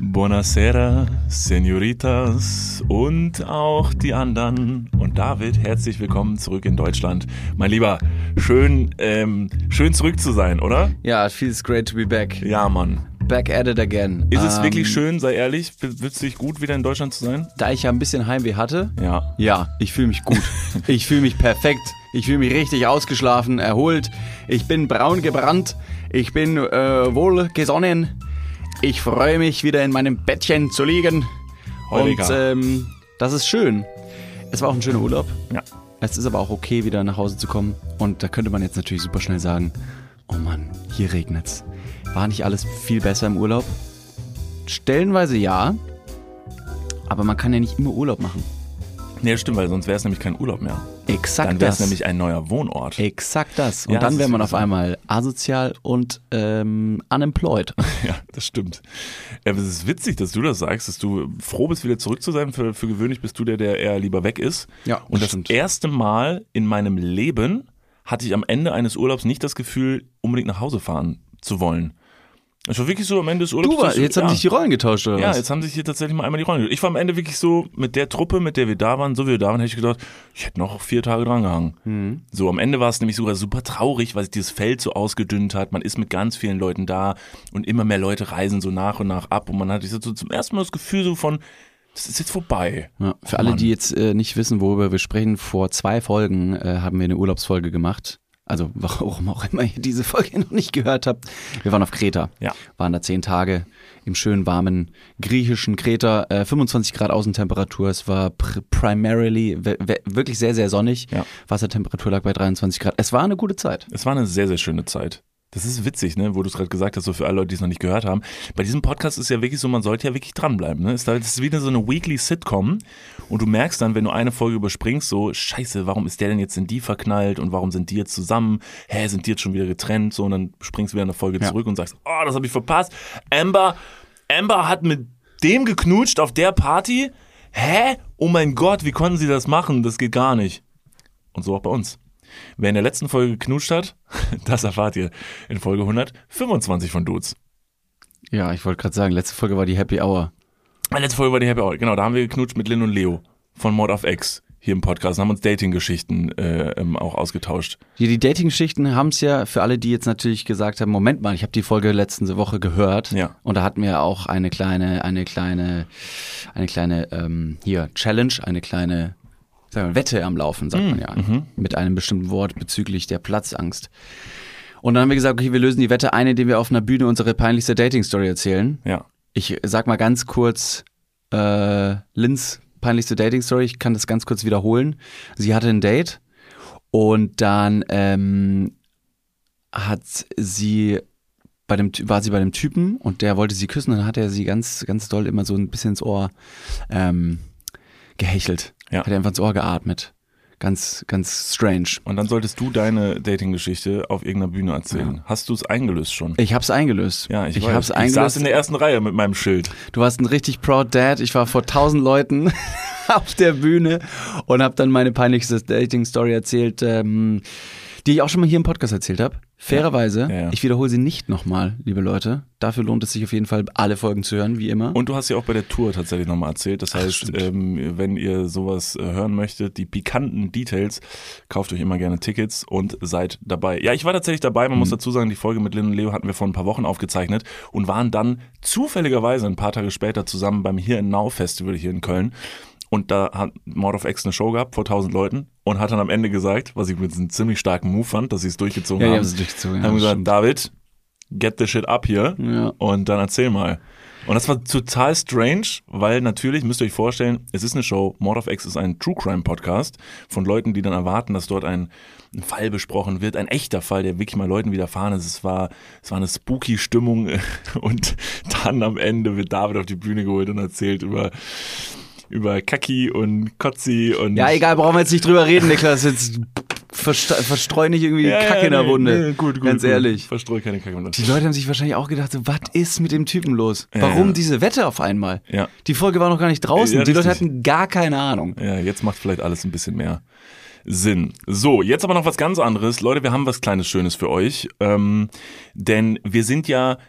Buonasera, Senoritas und auch die anderen. Und David, herzlich willkommen zurück in Deutschland. Mein Lieber, schön zurück zu sein, oder? Ja, it feels great to be back. Ja, Mann. Back at it again. Ist es wirklich schön, sei ehrlich? Fühlst du dich gut, wieder in Deutschland zu sein? Da ich ja ein bisschen Heimweh hatte, ja, ich fühle mich gut. Ich fühle mich perfekt. Ich fühle mich richtig ausgeschlafen, erholt. Ich bin braun gebrannt. Ich bin wohlgesonnen. Ich freue mich, wieder in meinem Bettchen zu liegen. Heutiger. Und das ist schön. Es war auch ein schöner Urlaub. Ja. Es ist aber auch okay, wieder nach Hause zu kommen. Und da könnte man jetzt natürlich super schnell sagen, oh Mann, hier regnet's. War nicht alles viel besser im Urlaub? Stellenweise ja, aber man kann ja nicht immer Urlaub machen. Nee, stimmt, weil sonst wäre es nämlich kein Urlaub mehr. Exakt Dann wäre es das. nämlich ein neuer Wohnort. Exakt das. Und Ja, dann das wäre man ist auf so. einmal asozial und unemployed. Ja, das stimmt. Es ist witzig, dass du das sagst, dass du froh bist, wieder zurück zu sein. Für gewöhnlich bist du der eher lieber weg ist. Ja, Und das stimmt. erste Mal in meinem Leben hatte ich am Ende eines Urlaubs nicht das Gefühl, unbedingt nach Hause fahren zu wollen. Es war wirklich so am Ende des Urlaubs. Jetzt haben sich die Rollen getauscht, oder Ja, was? jetzt haben sich hier tatsächlich mal einmal die Rollen getauscht. Ich war am Ende wirklich so, mit der Truppe, mit der wir da waren, so wie wir da waren, hätte ich gedacht, ich hätte noch 4 Tage drangehangen. So, am Ende war es nämlich sogar super traurig, weil sich dieses Feld so ausgedünnt hat. Man ist mit ganz vielen Leuten da und immer mehr Leute reisen so nach und nach ab und man hat so zum ersten Mal das Gefühl so von, das ist jetzt vorbei. Ja, für alle, die jetzt nicht wissen, worüber wir sprechen, vor 2 Folgen haben wir eine Urlaubsfolge gemacht. Also warum auch immer ihr diese Folge noch nicht gehört habt. Wir waren auf Kreta. Ja. Waren da 10 Tage im schönen, warmen griechischen Kreta. 25 Grad Außentemperatur. Es war primarily wirklich sehr, sehr sonnig. Ja. Wassertemperatur lag bei 23 Grad. Es war eine gute Zeit. Es war eine sehr, sehr schöne Zeit. Das ist witzig, ne, wo du es gerade gesagt hast, so für alle Leute, die es noch nicht gehört haben. Bei diesem Podcast ist ja wirklich so, man sollte ja wirklich dranbleiben. Ne? Es ist wieder so eine Weekly Sitcom und du merkst dann, wenn du eine Folge überspringst, so, scheiße, warum ist der denn jetzt in die verknallt und warum sind die jetzt zusammen? Sind die jetzt schon wieder getrennt? So, und dann springst du wieder eine Folge zurück und sagst, oh, das habe ich verpasst. Amber hat mit dem geknutscht auf der Party? Oh mein Gott, wie konnten sie das machen? Das geht gar nicht. Und so auch bei uns. Wer in der letzten Folge geknutscht hat, das erfahrt ihr in Folge 125 von Dudes. Ja, ich wollte gerade sagen, letzte Folge war die Happy Hour. Letzte Folge war die Happy Hour. Genau, da haben wir geknutscht mit Lynn und Leo von Mord of X hier im Podcast und haben uns Dating-Geschichten auch ausgetauscht. Die Dating-Geschichten haben es ja für alle, die jetzt natürlich gesagt haben, Moment mal, ich habe die Folge letzte Woche gehört. Ja. Und da hatten wir auch eine kleine Challenge, eine kleine Wette am Laufen, sagt man ja, mit einem bestimmten Wort bezüglich der Platzangst. Und dann haben wir gesagt, okay, wir lösen die Wette ein, indem wir auf einer Bühne unsere peinlichste Dating-Story erzählen. Ja. Ich sag mal ganz kurz Lynns peinlichste Dating-Story, ich kann das ganz kurz wiederholen. Sie hatte ein Date und dann war sie bei dem Typen und der wollte sie küssen und dann hat er sie ganz, ganz doll immer so ein bisschen ins Ohr gehechelt. Ja. Hat er einfach ins Ohr geatmet. Ganz, ganz strange. Und dann solltest du deine Dating-Geschichte auf irgendeiner Bühne erzählen. Ja. Hast du es eingelöst schon? Ich hab's eingelöst. Ja, ich hab's eingelöst. Ich saß in der ersten Reihe mit meinem Schild. Du warst ein richtig proud Dad. Ich war vor 1000 Leuten auf der Bühne und habe dann meine peinlichste Dating-Story erzählt, die ich auch schon mal hier im Podcast erzählt habe. Fairerweise, Ja. Ich wiederhole sie nicht nochmal, liebe Leute. Dafür lohnt es sich auf jeden Fall, alle Folgen zu hören, wie immer. Und du hast ja auch bei der Tour tatsächlich nochmal erzählt. Das heißt, wenn ihr sowas hören möchtet, die pikanten Details, kauft euch immer gerne Tickets und seid dabei. Ja, ich war tatsächlich dabei. Man muss dazu sagen, die Folge mit Lynn und Leo hatten wir vor ein paar Wochen aufgezeichnet und waren dann zufälligerweise ein paar Tage später zusammen beim Here and Now Festival hier in Köln. Und da hat Mord of X eine Show gehabt vor 1000 Leuten und hat dann am Ende gesagt, was ich mit einem ziemlich starken Move fand, dass sie es durchgezogen haben. Ja, sie durchgezogen. Haben gesagt, David, get the shit up hier und dann erzähl mal. Und das war total strange, weil natürlich, müsst ihr euch vorstellen, es ist eine Show, Mord of X ist ein True Crime Podcast von Leuten, die dann erwarten, dass dort ein Fall besprochen wird, ein echter Fall, der wirklich mal Leuten widerfahren ist. Es war eine spooky Stimmung und dann am Ende wird David auf die Bühne geholt und erzählt über Kaki und Kotzi und... Ja, egal, brauchen wir jetzt nicht drüber reden, Niklas. Jetzt verstreu nicht irgendwie Kacke in der Wunde. Nee, gut, ganz ehrlich. Verstreu keine Kacke in der Wunde. Die Leute haben sich wahrscheinlich auch gedacht, so, was ist mit dem Typen los? Warum diese Wette auf einmal? Ja. Die Folge war noch gar nicht draußen. Ja, die Leute richtig. hatten gar keine Ahnung. Ja, jetzt macht vielleicht alles ein bisschen mehr Sinn. So, jetzt aber noch was ganz anderes. Leute, wir haben was Kleines Schönes für euch. Denn wir sind ja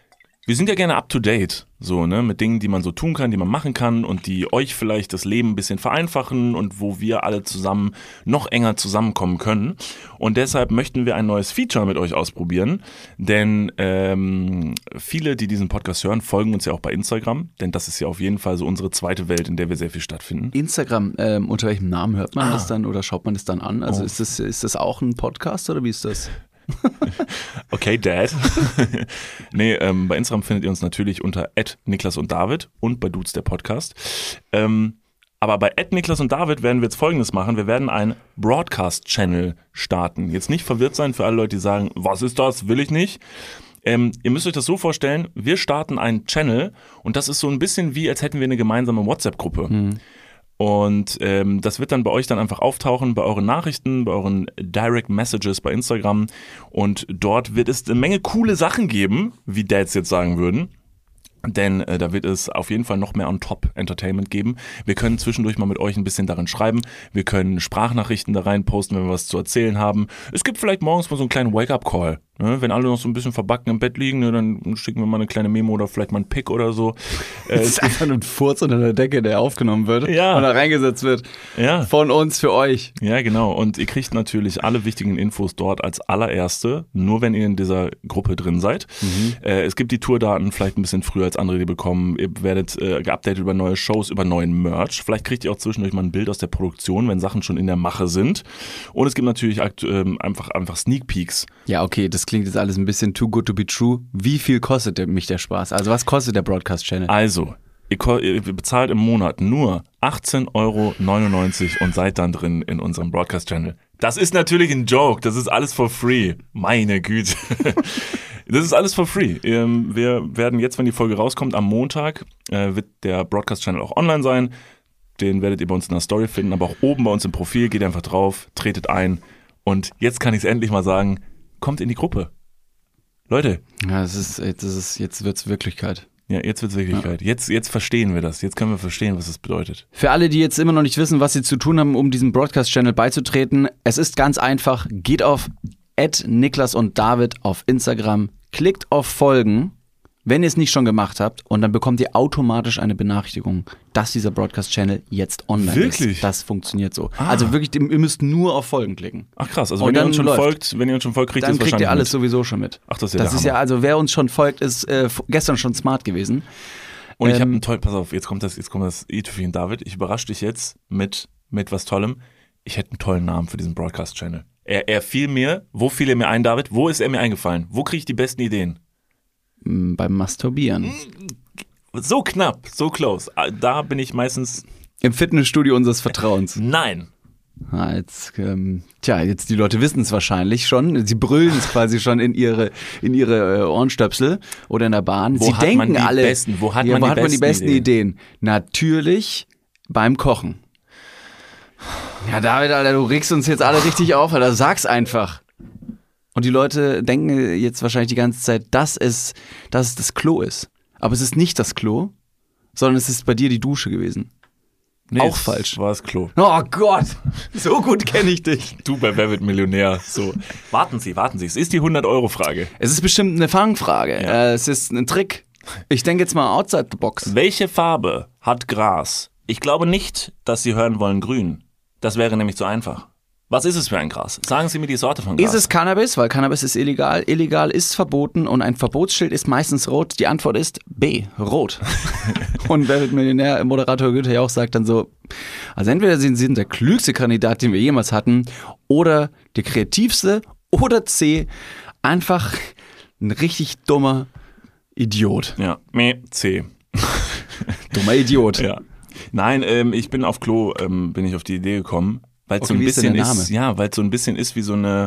Wir sind ja gerne up to date, so, ne, mit Dingen, die man so tun kann, die man machen kann und die euch vielleicht das Leben ein bisschen vereinfachen und wo wir alle zusammen noch enger zusammenkommen können. Und deshalb möchten wir ein neues Feature mit euch ausprobieren, denn viele, die diesen Podcast hören, folgen uns ja auch bei Instagram, denn das ist ja auf jeden Fall so unsere zweite Welt, in der wir sehr viel stattfinden. Instagram, unter welchem Namen hört man das dann oder schaut man das dann an? Also ist das auch ein Podcast oder wie ist das? Okay, Dad. Nee, bei Instagram findet ihr uns natürlich unter @Niklas und David und bei Dudes der Podcast. Aber bei @Niklas und David werden wir jetzt Folgendes machen. Wir werden einen Broadcast-Channel starten. Jetzt nicht verwirrt sein für alle Leute, die sagen, was ist das, will ich nicht. Ihr müsst euch das so vorstellen, wir starten einen Channel und das ist so ein bisschen wie, als hätten wir eine gemeinsame WhatsApp-Gruppe. Und das wird dann bei euch dann einfach auftauchen, bei euren Nachrichten, bei euren Direct Messages bei Instagram. Und dort wird es eine Menge coole Sachen geben, wie Dads jetzt sagen würden. Denn da wird es auf jeden Fall noch mehr On-Top-Entertainment geben. Wir können zwischendurch mal mit euch ein bisschen darin schreiben. Wir können Sprachnachrichten da rein posten, wenn wir was zu erzählen haben. Es gibt vielleicht morgens mal so einen kleinen Wake-up-Call. Ne? Wenn alle noch so ein bisschen verbacken im Bett liegen, ne, dann schicken wir mal eine kleine Memo oder vielleicht mal einen Pick oder so. Es ist einfach nur ein Furz unter der Decke, der aufgenommen wird und da reingesetzt wird. Ja. Von uns für euch. Ja, genau. Und ihr kriegt natürlich alle wichtigen Infos dort als allererste, nur wenn ihr in dieser Gruppe drin seid. Es gibt die Tourdaten vielleicht ein bisschen früher als andere, die bekommen. Ihr werdet geupdatet über neue Shows, über neuen Merch. Vielleicht kriegt ihr auch zwischendurch mal ein Bild aus der Produktion, wenn Sachen schon in der Mache sind. Und es gibt natürlich einfach Sneak Peeks. Ja, okay, das klingt jetzt alles ein bisschen too good to be true. Wie viel kostet mich der Spaß? Also was kostet der Broadcast-Channel? Also, ihr bezahlt im Monat nur 18,99 € und seid dann drin in unserem Broadcast-Channel. Das ist natürlich ein Joke, das ist alles for free. Meine Güte. Das ist alles for free. Wir werden jetzt, wenn die Folge rauskommt, am Montag, wird der Broadcast-Channel auch online sein. Den werdet ihr bei uns in der Story finden, aber auch oben bei uns im Profil. Geht einfach drauf, tretet ein. Und jetzt kann ich es endlich mal sagen, kommt in die Gruppe. Leute. Ja, jetzt wird's Wirklichkeit. Ja, jetzt wird's Wirklichkeit. Ja. Jetzt verstehen wir das. Jetzt können wir verstehen, was das bedeutet. Für alle, die jetzt immer noch nicht wissen, was sie zu tun haben, um diesem Broadcast-Channel beizutreten, es ist ganz einfach. Geht auf @Niklas und David auf Instagram, klickt auf Folgen, wenn ihr es nicht schon gemacht habt, und dann bekommt ihr automatisch eine Benachrichtigung, dass dieser Broadcast-Channel jetzt online ist. Wirklich? Das funktioniert so. Also wirklich, ihr müsst nur auf Folgen klicken. Ach krass, also wenn ihr uns schon folgt, kriegt ihr es wahrscheinlich dann kriegt ihr alles sowieso schon mit. Ach, das ist ja das ist ja, also wer uns schon folgt, ist gestern schon smart gewesen. Und ich habe einen tollen, pass auf, jetzt kommt das i-Tüpfchen David, ich überrasche dich jetzt mit was Tollem. Ich hätte einen tollen Namen für diesen Broadcast-Channel. Er fiel mir, wo fiel er mir ein, David? Wo ist er mir eingefallen? Wo kriege ich die besten Ideen? Beim Masturbieren. So knapp, so close. Da bin ich meistens... Im Fitnessstudio unseres Vertrauens. Nein. Jetzt die Leute wissen es wahrscheinlich schon. Sie brüllen es quasi schon in ihre Ohrenstöpsel oder in der Bahn. Wo hat man die besten Ideen? Natürlich beim Kochen. Ja, David, Alter, du regst uns jetzt alle richtig auf, Alter. Sag's einfach. Und die Leute denken jetzt wahrscheinlich die ganze Zeit, dass es das Klo ist. Aber es ist nicht das Klo, sondern es ist bei dir die Dusche gewesen. Nee, auch falsch. War das Klo. Oh Gott, so gut kenne ich dich. Du bei Wer wird Millionär. So. Warten Sie. Es ist die 100-Euro-Frage. Es ist bestimmt eine Fangfrage. Ja. Es ist ein Trick. Ich denke jetzt mal outside the box. Welche Farbe hat Gras? Ich glaube nicht, dass Sie hören wollen grün. Das wäre nämlich zu einfach. Was ist es für ein Gras? Sagen Sie mir die Sorte von Gras. Ist es Cannabis? Weil Cannabis ist illegal. Illegal ist verboten und ein Verbotsschild ist meistens rot. Die Antwort ist B, rot. Und Wer wird Millionär? Moderator Günther Jauch sagt dann so, also entweder Sie sind der klügste Kandidat, den wir jemals hatten, oder der kreativste, oder C, einfach ein richtig dummer Idiot. Ja, C. Dummer Idiot. Ja. Nein, ich bin auf Klo, bin ich auf die Idee gekommen. Weil es so ein bisschen ist, ja, weil es so ein bisschen ist wie so eine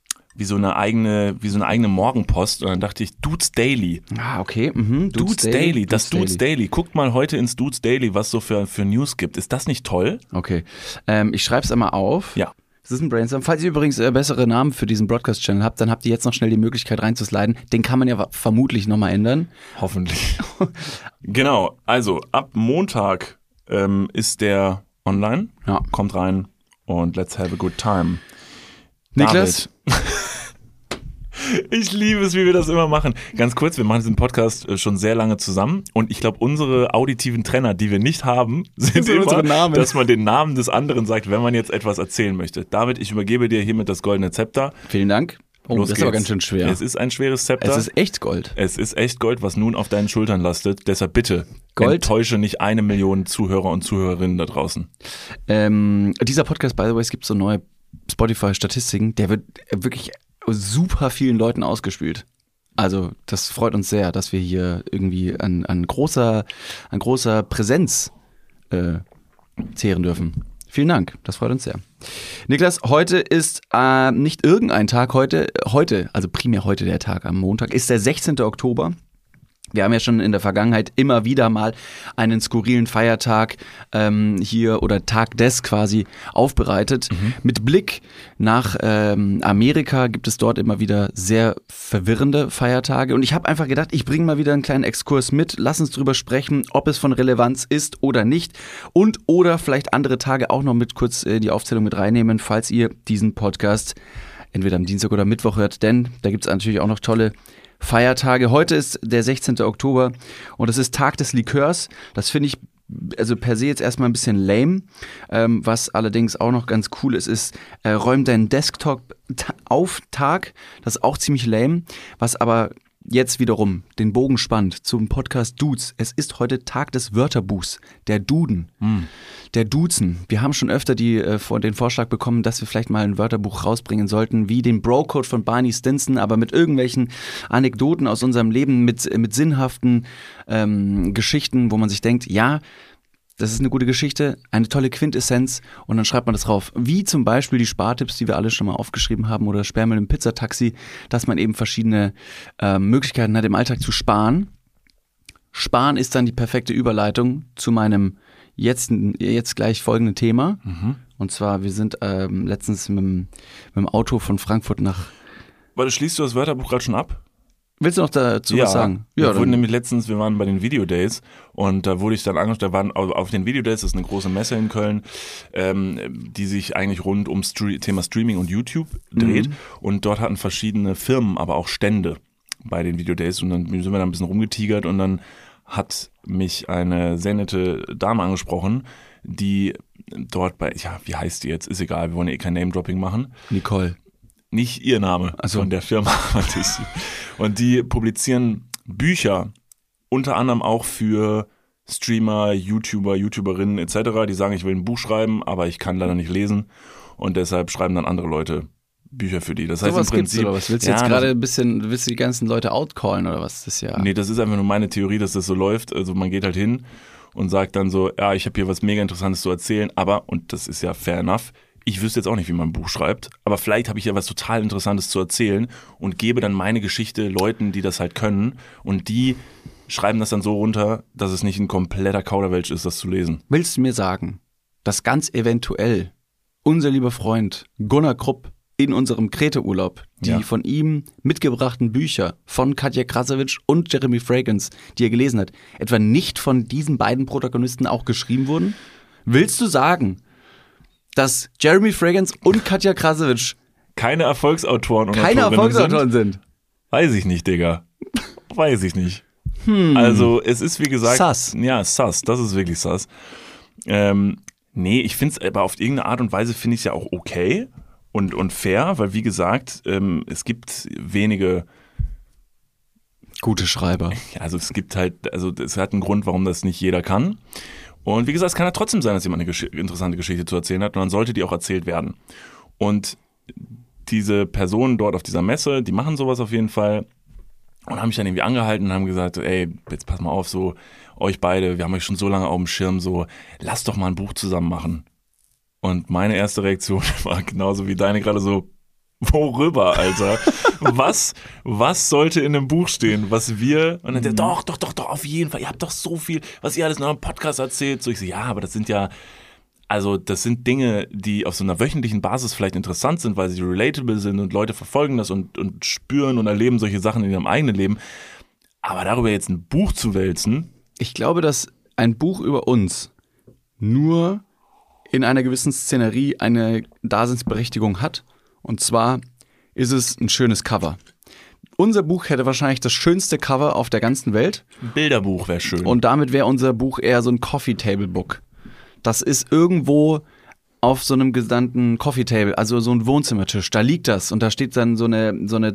eigene Morgenpost. Und dann dachte ich, Dudes Daily. Ah, okay. Dudes Daily. Das Dudes Daily. Guckt mal heute ins Dudes Daily, was so für News gibt. Ist das nicht toll? Okay. Ich schreibe es einmal auf. Ja. Das ist ein Brainstorm. Falls ihr übrigens bessere Namen für diesen Broadcast-Channel habt, dann habt ihr jetzt noch schnell die Möglichkeit reinzusliden. Den kann man ja vermutlich nochmal ändern. Hoffentlich. Genau. Also, ab Montag ist der online. Ja. Kommt rein. Und let's have a good time. Niklas? Ich liebe es, wie wir das immer machen. Ganz kurz, wir machen diesen Podcast schon sehr lange zusammen und ich glaube, unsere auditiven Trenner, die wir nicht haben, sind immer, dass man den Namen des anderen sagt, wenn man jetzt etwas erzählen möchte. David, ich übergebe dir hiermit das goldene Zepter. Vielen Dank. Oh, Los das geht's. ist aber ganz schön schwer. Es ist ein schweres Zepter. Es ist echt Gold. Es ist echt Gold, was nun auf deinen Schultern lastet. Deshalb bitte, Gold. enttäusche nicht 1 Million Zuhörer und Zuhörerinnen da draußen. Dieser Podcast, by the way, es gibt so neue Spotify-Statistiken, der wird wirklich super vielen Leuten ausgespielt. Also das freut uns sehr, dass wir hier irgendwie an großer Präsenz zehren dürfen. Vielen Dank, das freut uns sehr. Niklas, heute ist nicht irgendein Tag, heute, also primär heute der Tag am Montag, ist der 16. Oktober. Wir haben ja schon in der Vergangenheit immer wieder mal einen skurrilen Feiertag hier oder Tag des quasi aufbereitet. Mit Blick nach Amerika gibt es dort immer wieder sehr verwirrende Feiertage. Und ich habe einfach gedacht, ich bringe mal wieder einen kleinen Exkurs mit. Lass uns drüber sprechen, ob es von Relevanz ist oder nicht. Und oder vielleicht andere Tage auch noch mit kurz die Aufzählung mit reinnehmen, falls ihr diesen Podcast entweder am Dienstag oder Mittwoch hört. Denn da gibt es natürlich auch noch tolle Feiertage. Heute ist der 16. Oktober und es ist Tag des Likörs. Das finde ich also per se jetzt erstmal ein bisschen lame. Was allerdings auch noch ganz cool ist räum deinen Desktop auf Tag. Das ist auch ziemlich lame. Was aber jetzt wiederum den Bogen spannt zum Podcast Dudes. Es ist heute Tag des Wörterbuchs, der Duden, der Duzen. Wir haben schon öfter den Vorschlag bekommen, dass wir vielleicht mal ein Wörterbuch rausbringen sollten, wie den Bro-Code von Barney Stinson, aber mit irgendwelchen Anekdoten aus unserem Leben, mit sinnhaften Geschichten, wo man sich denkt, ja, das ist eine gute Geschichte, eine tolle Quintessenz und dann schreibt man das drauf. Wie zum Beispiel die Spartipps, die wir alle schon mal aufgeschrieben haben oder Sperrmüll im Pizzataxi, dass man eben verschiedene Möglichkeiten hat, im Alltag zu sparen. Sparen ist dann die perfekte Überleitung zu meinem jetzt gleich folgenden Thema. Und zwar, wir sind letztens mit dem Auto von Frankfurt nach... Warte, schließt du das Wörterbuch gerade schon ab? Willst du noch dazu was sagen? Ja, wir waren bei den Video Days und da wurde ich dann angesprochen, da waren auf den Video Days, das ist eine große Messe in Köln, die sich eigentlich rund ums Thema Streaming und YouTube dreht und dort hatten verschiedene Firmen, aber auch Stände bei den Video Days und dann sind wir da ein bisschen rumgetigert und dann hat mich eine sehr nette Dame angesprochen, die dort wie heißt die jetzt, ist egal, wir wollen ja kein Name-Dropping machen. Nicole. Nicht ihr Name von der Firma. Und die publizieren Bücher, unter anderem auch für Streamer, YouTuber, YouTuberinnen etc., die sagen, ich will ein Buch schreiben, aber ich kann leider nicht lesen und deshalb schreiben dann andere Leute Bücher für die. Das heißt im Prinzip, oder was? Willst du jetzt gerade willst du die ganzen Leute outcallen oder was? Das ist ja... Nee, das ist einfach nur meine Theorie, dass das so läuft. Also man geht halt hin und sagt dann so, ja, ich habe hier was mega Interessantes zu erzählen, aber, und das ist ja fair enough, ich wüsste jetzt auch nicht, wie man ein Buch schreibt, aber vielleicht habe ich ja was total Interessantes zu erzählen und gebe dann meine Geschichte Leuten, die das halt können und die schreiben das dann so runter, dass es nicht ein kompletter Kauderwelsch ist, das zu lesen. Willst du mir sagen, dass ganz eventuell unser lieber Freund Gunnar Krupp in unserem Kreta-Urlaub die von ihm mitgebrachten Bücher von Katja Krasowitsch und Jeremy Fragrance, die er gelesen hat, etwa nicht von diesen beiden Protagonisten auch geschrieben wurden? Willst du sagen, dass Jeremy Fragrance und Katja Krasowitsch keine Erfolgsautoren und Erfolgsautoren sind? Weiß ich nicht, Digga. Weiß ich nicht. Also es ist wie gesagt... Sass. Ja, sass. Das ist wirklich sass. Nee, ich finde es aber auf irgendeine Art und Weise finde ich es ja auch okay und fair, weil wie gesagt, es gibt wenige... Gute Schreiber. Also es gibt halt, also es hat einen Grund, warum das nicht jeder kann. Und wie gesagt, es kann ja trotzdem sein, dass jemand eine interessante Geschichte zu erzählen hat und dann sollte die auch erzählt werden. Und diese Personen dort auf dieser Messe, die machen sowas auf jeden Fall und haben mich dann irgendwie angehalten und haben gesagt, ey, jetzt pass mal auf, so euch beide, wir haben euch schon so lange auf dem Schirm, so lasst doch mal ein Buch zusammen machen. Und meine erste Reaktion war genauso wie deine gerade so, worüber, Alter? Was sollte in einem Buch stehen, was wir, und dann der, doch, auf jeden Fall, ihr habt doch so viel, was ihr alles in eurem Podcast erzählt. So ich so, ja, aber das sind Dinge, die auf so einer wöchentlichen Basis vielleicht interessant sind, weil sie relatable sind und Leute verfolgen das und spüren und erleben solche Sachen in ihrem eigenen Leben. Aber darüber jetzt ein Buch zu wälzen. Ich glaube, dass ein Buch über uns nur in einer gewissen Szenerie eine Daseinsberechtigung hat. Und zwar ist es ein schönes Cover. unser Buch hätte wahrscheinlich das schönste Cover auf der ganzen Welt. Ein Bilderbuch wäre schön. Und damit wäre unser Buch eher so ein Coffee-Table-Book. Das ist irgendwo auf so einem gesandten Coffee-Table, also so ein Wohnzimmertisch. Da liegt das und da steht dann so ein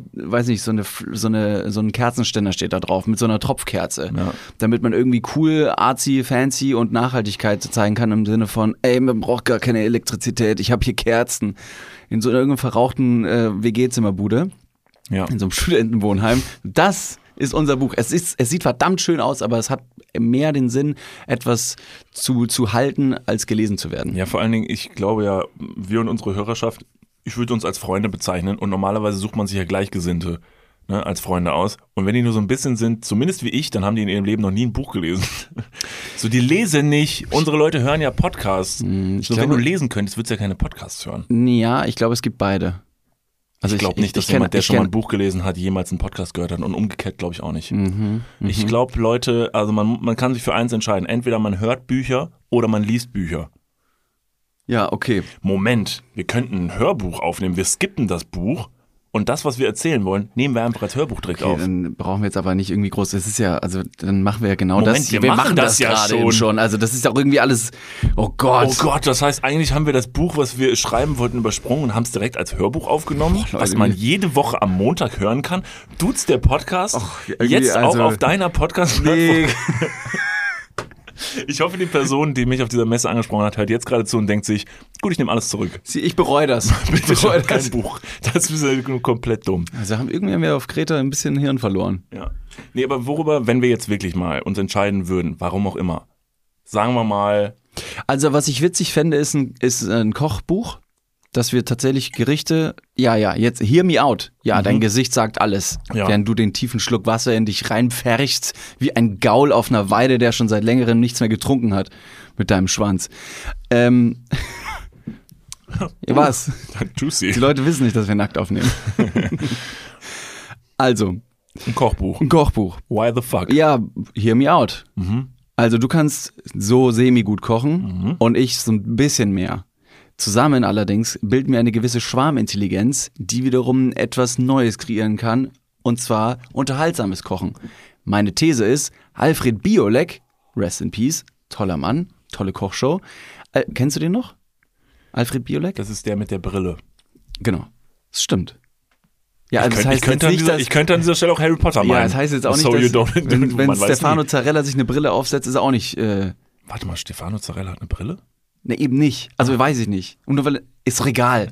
Kerzenständer steht da drauf mit so einer Tropfkerze. Ja. Damit man irgendwie cool, artsy, fancy und Nachhaltigkeit zeigen kann im Sinne von, ey, man braucht gar keine Elektrizität, ich habe hier Kerzen. In so irgendeinem verrauchten WG-Zimmerbude. Ja. In so einem Studentenwohnheim. Das ist unser Buch. Es sieht verdammt schön aus, aber es hat mehr den Sinn, etwas zu halten, als gelesen zu werden. Ja, vor allen Dingen, ich glaube ja, wir und unsere Hörerschaft, ich würde uns als Freunde bezeichnen und normalerweise sucht man sich ja Gleichgesinnte, ne, als Freunde aus. Und wenn die nur so ein bisschen sind, zumindest wie ich, dann haben die in ihrem Leben noch nie ein Buch gelesen. So, die lesen nicht. Unsere Leute hören ja Podcasts. Wenn du lesen könntest, würdest du ja keine Podcasts hören. Ja, ich glaube, es gibt beide. Also ich glaube nicht, dass jemand, der schon mal ein Buch gelesen hat, jemals einen Podcast gehört hat und umgekehrt glaube ich auch nicht. Ich glaube, Leute, also man kann sich für eins entscheiden. Entweder man hört Bücher oder man liest Bücher. Ja, okay. Moment, wir könnten ein Hörbuch aufnehmen. Wir skippen das Buch und das, was wir erzählen wollen, nehmen wir einfach als Hörbuch direkt auf. Dann brauchen wir jetzt aber nicht irgendwie groß. Es ist ja, also dann machen wir ja genau Moment, das. Wir machen das ja gerade schon. Also das ist auch irgendwie alles. Oh Gott. Oh Gott, das heißt, eigentlich haben wir das Buch, was wir schreiben wollten, übersprungen und haben es direkt als Hörbuch aufgenommen, was man jede Woche am Montag hören kann. Dudes, der Podcast, jetzt auch auf deiner Podcast-Plattform. Ich hoffe, die Person, die mich auf dieser Messe angesprochen hat, hört jetzt gerade zu und denkt sich, gut, ich nehme alles zurück. Ich bereue das. Bitte schreib kein Buch. Das ist ja komplett dumm. Also irgendwie haben wir auf Kreta ein bisschen Hirn verloren. Ja. Nee, aber worüber, wenn wir jetzt wirklich mal uns entscheiden würden, warum auch immer, sagen wir mal. Also was ich witzig fände, ist ein Kochbuch, dass wir tatsächlich Gerichte, jetzt hear me out. Ja, dein Gesicht sagt alles, während du den tiefen Schluck Wasser in dich reinpferchst, wie ein Gaul auf einer Weide, der schon seit längerem nichts mehr getrunken hat mit deinem Schwanz. Was? Juicy. Die Leute wissen nicht, dass wir nackt aufnehmen. Also. Ein Kochbuch. Why the fuck? Ja, hear me out. Also du kannst so semi-gut kochen und ich so ein bisschen mehr. Zusammen allerdings bilden wir eine gewisse Schwarmintelligenz, die wiederum etwas Neues kreieren kann, und zwar unterhaltsames Kochen. Meine These ist, Alfred Biolek, rest in peace, toller Mann, tolle Kochshow. Kennst du den noch? Alfred Biolek? Das ist der mit der Brille. Genau, das stimmt. Ja, also ich könnte an dieser Stelle auch Harry Potter meinen. Ja, das heißt jetzt auch nicht, wenn Stefano Zarella sich eine Brille aufsetzt, ist er auch nicht... Warte mal, Stefano Zarella hat eine Brille? Ne, eben nicht. Also weiß ich nicht. Und nur weil, ist doch egal.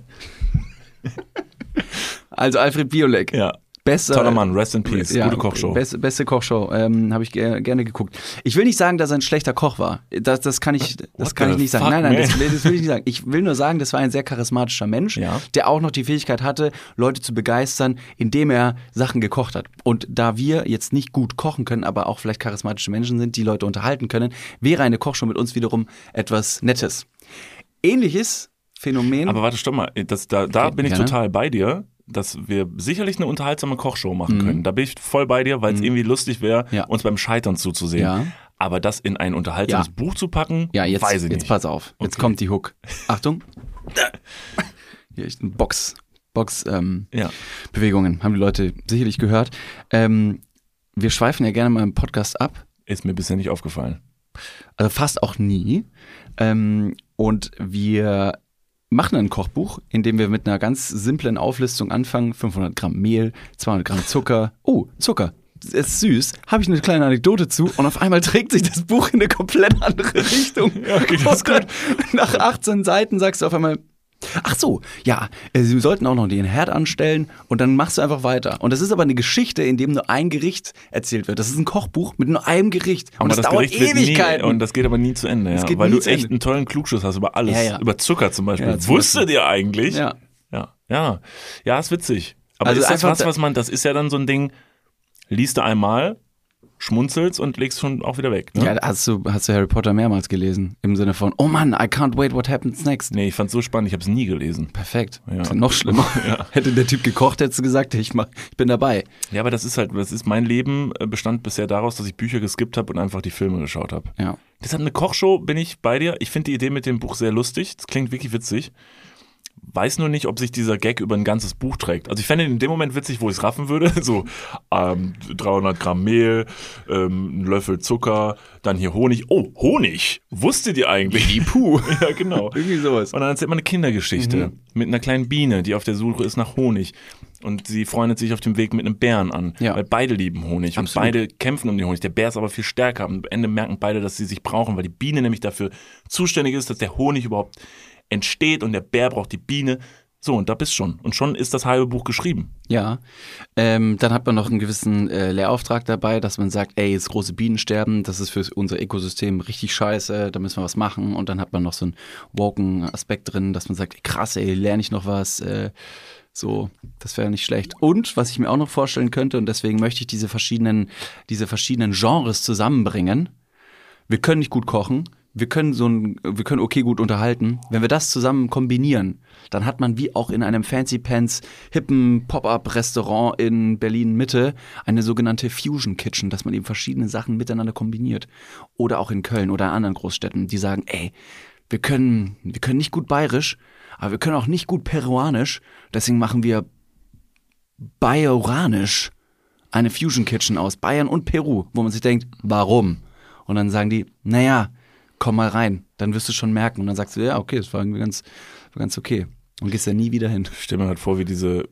Also Alfred Biolek. Ja. Toller Mann, rest in peace. Ja, gute Kochshow. Beste Kochshow. Habe ich gerne geguckt. Ich will nicht sagen, dass er ein schlechter Koch war. Das kann ich nicht sagen. Nein, das will ich nicht sagen. Ich will nur sagen, das war ein sehr charismatischer Mensch, der auch noch die Fähigkeit hatte, Leute zu begeistern, indem er Sachen gekocht hat. Und da wir jetzt nicht gut kochen können, aber auch vielleicht charismatische Menschen sind, die Leute unterhalten können, wäre eine Kochshow mit uns wiederum etwas Nettes. Ähnliches Phänomen. Aber warte, stopp mal. Da bin ich total bei dir, dass wir sicherlich eine unterhaltsame Kochshow machen können. Da bin ich voll bei dir, weil es irgendwie lustig wäre, uns beim Scheitern zuzusehen. Ja. Aber das in ein unterhaltsames Buch zu packen, weiß ich nicht. Jetzt pass auf. Jetzt kommt die Hook. Achtung. Hier ist ein Bewegungen. Haben die Leute sicherlich gehört. Wir schweifen ja gerne mal im Podcast ab. Ist mir bisher nicht aufgefallen. Also fast auch nie. Und wir machen ein Kochbuch, in dem wir mit einer ganz simplen Auflistung anfangen. 500 Gramm Mehl, 200 Gramm Zucker. Oh, Zucker. Das ist süß. Habe ich eine kleine Anekdote zu. Und auf einmal trägt sich das Buch in eine komplett andere Richtung. Ja, okay, das ist gut. Nach 18 Seiten sagst du auf einmal, ach so, ja, Sie sollten auch noch den Herd anstellen und dann machst du einfach weiter. Und das ist aber eine Geschichte, in dem nur ein Gericht erzählt wird. Das ist ein Kochbuch mit nur einem Gericht. Und aber das dauert Ewigkeiten. Und das geht aber nie zu Ende, weil du echt einen tollen Klugschuss hast über alles. Ja. Über Zucker zum Beispiel. Ja, wusstet ihr eigentlich? Ja. Ja, ist witzig. Aber also ist das das ist ja dann so ein Ding, liest du einmal, schmunzelst und legst schon auch wieder weg. Ne? Ja, hast du Harry Potter mehrmals gelesen? Im Sinne von, oh Mann, I can't wait, what happens next? Nee, ich fand's so spannend, ich habe es nie gelesen. Perfekt. Ja. Das ist noch schlimmer. Ja. Hätte der Typ gekocht, hättest du gesagt, ich bin dabei. Ja, aber mein Leben bestand bisher daraus, dass ich Bücher geskippt habe und einfach die Filme geschaut habe. Ja. Deshalb eine Kochshow bin ich bei dir. Ich finde die Idee mit dem Buch sehr lustig. Das klingt wirklich witzig. weiß nur nicht, ob sich dieser Gag über ein ganzes Buch trägt. Also ich fände ihn in dem Moment witzig, wo ich es raffen würde. So 300 Gramm Mehl, ein Löffel Zucker, dann hier Honig. Oh, Honig! Wusstet ihr eigentlich? Die Puh. Ja, genau. Irgendwie sowas. Und dann erzählt man eine Kindergeschichte mit einer kleinen Biene, die auf der Suche ist nach Honig. Und sie freundet sich auf dem Weg mit einem Bären an, weil beide lieben Honig. Absolut. Und beide kämpfen um den Honig. Der Bär ist aber viel stärker. Am Ende merken beide, dass sie sich brauchen, weil die Biene nämlich dafür zuständig ist, dass der Honig überhaupt entsteht und der Bär braucht die Biene. So, und da bist schon. Und schon ist das halbe Buch geschrieben. Ja, dann hat man noch einen gewissen Lehrauftrag dabei, dass man sagt, ey, jetzt große Bienensterben, das ist für unser Ökosystem richtig scheiße, da müssen wir was machen. Und dann hat man noch so einen woken Aspekt drin, dass man sagt, krass, ey, lerne ich noch was, so, das wäre nicht schlecht. Und was ich mir auch noch vorstellen könnte, und deswegen möchte ich diese verschiedenen Genres zusammenbringen. Wir können nicht gut kochen, wir können okay gut unterhalten. Wenn wir das zusammen kombinieren, dann hat man wie auch in einem Fancy Pants hippen Pop-up-Restaurant in Berlin Mitte eine sogenannte Fusion Kitchen, dass man eben verschiedene Sachen miteinander kombiniert. Oder auch in Köln oder in anderen Großstädten, die sagen, ey, wir können nicht gut bayerisch, aber wir können auch nicht gut peruanisch. Deswegen machen wir bajoranisch eine Fusion Kitchen aus Bayern und Peru, wo man sich denkt, warum? Und dann sagen die, naja, komm mal rein, dann wirst du schon merken. Und dann sagst du, ja, okay, das war irgendwie ganz okay. Und gehst ja nie wieder hin. Ich stell mir halt vor, wie dieses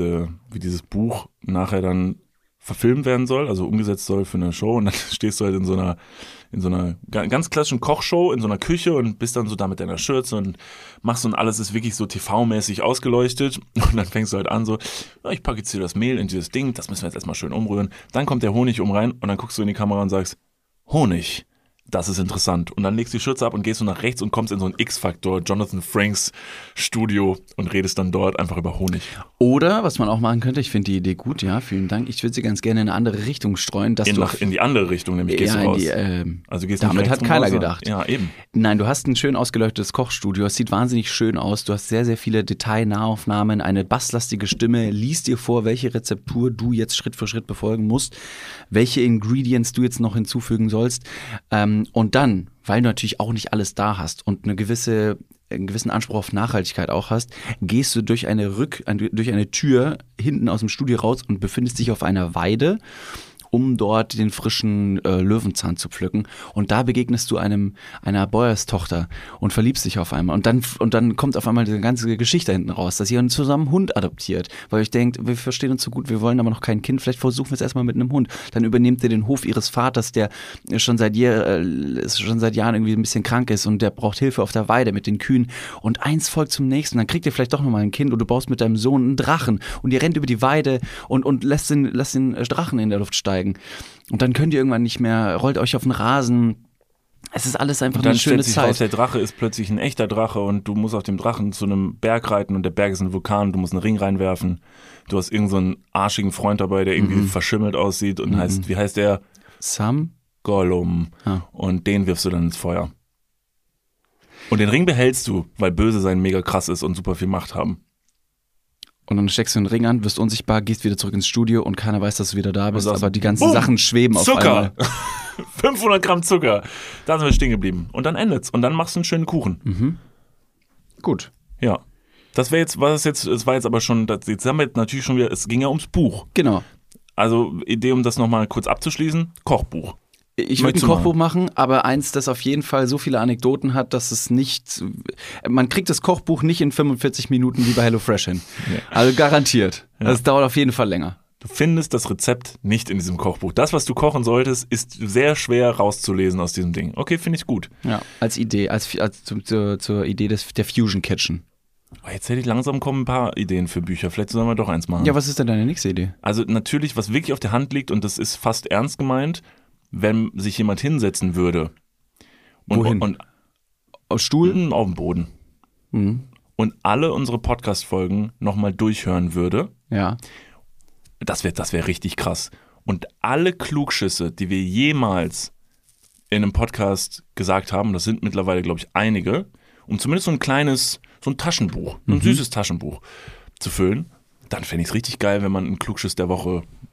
Buch nachher dann verfilmt werden soll, also umgesetzt soll für eine Show. Und dann stehst du halt in so einer ganz klassischen Kochshow in so einer Küche und bist dann so da mit deiner Schürze und machst und alles ist wirklich so TV-mäßig ausgeleuchtet. Und dann fängst du halt an so, ja, ich packe jetzt hier das Mehl in dieses Ding, das müssen wir jetzt erstmal schön umrühren. Dann kommt der Honig rein und dann guckst du in die Kamera und sagst, Honig. Das ist interessant. Und dann legst du die Schürze ab und gehst du nach rechts und kommst in so ein X-Faktor, Jonathan Frakes Studio und redest dann dort einfach über Honig. Oder, was man auch machen könnte, ich finde die Idee gut, ja, vielen Dank. Ich würde sie ganz gerne in eine andere Richtung streuen. Dass in die andere Richtung, nämlich gehst du raus. Also gehst damit nicht hat keiner gedacht. Ja, eben. Nein, du hast ein schön ausgeleuchtetes Kochstudio. Es sieht wahnsinnig schön aus. Du hast sehr, sehr viele Detailnahaufnahmen, eine basslastige Stimme, liest dir vor, welche Rezeptur du jetzt Schritt für Schritt befolgen musst, welche Ingredients du jetzt noch hinzufügen sollst. Und dann, weil du natürlich auch nicht alles da hast und einen gewissen Anspruch auf Nachhaltigkeit auch hast, gehst du durch eine Tür hinten aus dem Studio raus und befindest dich auf einer Weide, um dort den frischen Löwenzahn zu pflücken. Und da begegnest du einer Bäuerstochter und verliebst dich auf einmal. Und dann kommt auf einmal diese ganze Geschichte hinten raus, dass ihr zusammen einen Hund adoptiert. Weil ich denkt, wir verstehen uns so gut, wir wollen aber noch kein Kind, vielleicht versuchen wir es erstmal mit einem Hund. Dann übernehmt ihr den Hof ihres Vaters, der schon seit Jahren irgendwie ein bisschen krank ist und der braucht Hilfe auf der Weide mit den Kühen. Und eins folgt zum nächsten. Dann kriegt ihr vielleicht doch nochmal ein Kind und du baust mit deinem Sohn einen Drachen und ihr rennt über die Weide und lässt den Drachen in der Luft steigen. Und dann könnt ihr irgendwann nicht mehr, rollt euch auf den Rasen. Es ist alles einfach eine schöne Zeit. Dann stellt sich raus, der Drache ist plötzlich ein echter Drache und du musst auf dem Drachen zu einem Berg reiten und der Berg ist ein Vulkan, du musst einen Ring reinwerfen. Du hast irgend so einen arschigen Freund dabei, der irgendwie verschimmelt aussieht und wie heißt der? Sam? Gollum. Und den wirfst du dann ins Feuer. Und den Ring behältst du, weil böse sein mega krass ist und super viel Macht haben. Und dann steckst du den Ring an, wirst unsichtbar, gehst wieder zurück ins Studio und keiner weiß, dass du wieder da bist, aber die ganzen Sachen schweben auf einmal. Zucker! 500 Gramm Zucker. Da sind wir stehen geblieben. Und dann endet's. Und dann machst du einen schönen Kuchen. Gut. Ja. Es war jetzt aber schon, jetzt haben wir jetzt natürlich schon wieder, es ging ja ums Buch. Genau. Also Idee, um das nochmal kurz abzuschließen, Kochbuch. Ich würde ein Kochbuch machen, aber eins, das auf jeden Fall so viele Anekdoten hat, dass es nicht, man kriegt das Kochbuch nicht in 45 Minuten wie bei HelloFresh hin. Ja. Also garantiert. Ja. Das dauert auf jeden Fall länger. Du findest das Rezept nicht in diesem Kochbuch. Das, was du kochen solltest, ist sehr schwer rauszulesen aus diesem Ding. Okay, finde ich gut. Ja, als Idee, zur Idee der Fusion Kitchen. Jetzt hätte ich langsam kommen ein paar Ideen für Bücher. Vielleicht sollen wir doch eins machen. Ja, was ist denn deine nächste Idee? Also natürlich, was wirklich auf der Hand liegt und das ist fast ernst gemeint, wenn sich jemand hinsetzen würde. Wohin? Auf Stuhl? Auf dem Boden. Und alle unsere Podcast-Folgen nochmal durchhören würde. Ja. Das wär richtig krass. Und alle Klugschüsse, die wir jemals in einem Podcast gesagt haben, das sind mittlerweile, glaube ich, einige, um zumindest so ein Taschenbuch, ein süßes Taschenbuch zu füllen, dann fände ich es richtig geil, wenn man einen Klugschiss der Woche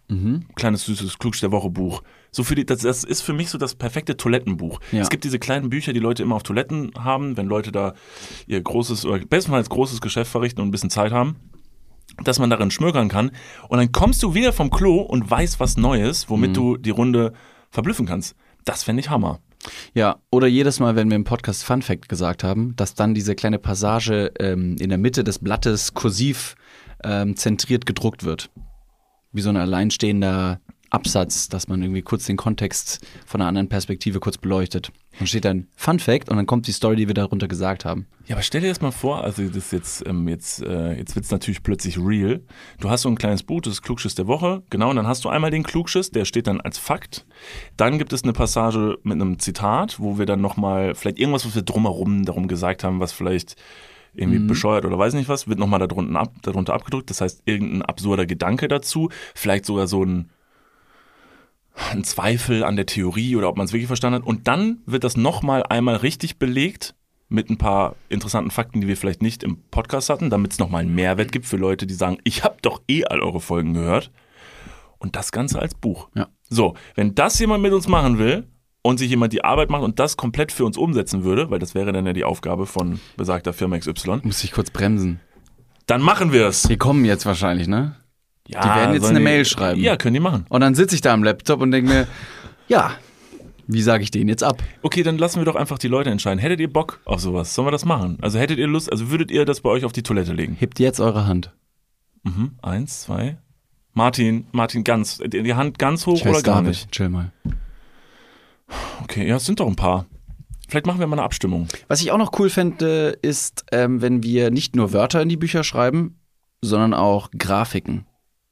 Kleines, süßes Klugsch der Woche Buch. So das ist für mich so das perfekte Toilettenbuch. Ja. Es gibt diese kleinen Bücher, die Leute immer auf Toiletten haben, wenn Leute da ihr großes oder bestenfalls großes Geschäft verrichten und ein bisschen Zeit haben, dass man darin schmökern kann. Und dann kommst du wieder vom Klo und weißt was Neues, womit du die Runde verblüffen kannst. Das fände ich Hammer. Ja, oder jedes Mal, wenn wir im Podcast Fun Fact gesagt haben, dass dann diese kleine Passage in der Mitte des Blattes kursiv zentriert gedruckt wird. Wie so ein alleinstehender Absatz, dass man irgendwie kurz den Kontext von einer anderen Perspektive kurz beleuchtet. Dann steht dann Fun Fact und dann kommt die Story, die wir darunter gesagt haben. Ja, aber stell dir das mal vor, also das jetzt wird es natürlich plötzlich real. Du hast so ein kleines Buch, das ist Klugschiss der Woche, genau, und dann hast du einmal den Klugschiss, der steht dann als Fakt. Dann gibt es eine Passage mit einem Zitat, wo wir dann nochmal, vielleicht irgendwas, was wir drumherum darum gesagt haben, was vielleicht irgendwie bescheuert oder weiß nicht was, wird nochmal darunter abgedrückt. Das heißt, irgendein absurder Gedanke dazu, vielleicht sogar so ein Zweifel an der Theorie oder ob man es wirklich verstanden hat. Und dann wird das nochmal einmal richtig belegt mit ein paar interessanten Fakten, die wir vielleicht nicht im Podcast hatten, damit es nochmal einen Mehrwert gibt für Leute, die sagen, ich habe doch all eure Folgen gehört. Und das Ganze als Buch. Ja. So, wenn das jemand mit uns machen will und sich jemand die Arbeit macht und das komplett für uns umsetzen würde, weil das wäre dann ja die Aufgabe von besagter Firma XY. Muss ich kurz bremsen. Dann machen wir es. Die kommen jetzt wahrscheinlich, ne? Ja, Die werden jetzt eine Mail schreiben. Ja, können die machen. Und dann sitze ich da am Laptop und denke mir, ja, wie sage ich den jetzt ab? Okay, dann lassen wir doch einfach die Leute entscheiden. Hättet ihr Bock auf sowas? Sollen wir das machen? Also hättet ihr Lust, also würdet ihr das bei euch auf die Toilette legen? Hebt jetzt eure Hand. 1, 2. Martin, ganz, die Hand ganz hoch Ich weiß oder gar David. nicht? Chill mal. Okay, ja, es sind doch ein paar. Vielleicht machen wir mal eine Abstimmung. Was ich auch noch cool fände, ist, wenn wir nicht nur Wörter in die Bücher schreiben, sondern auch Grafiken.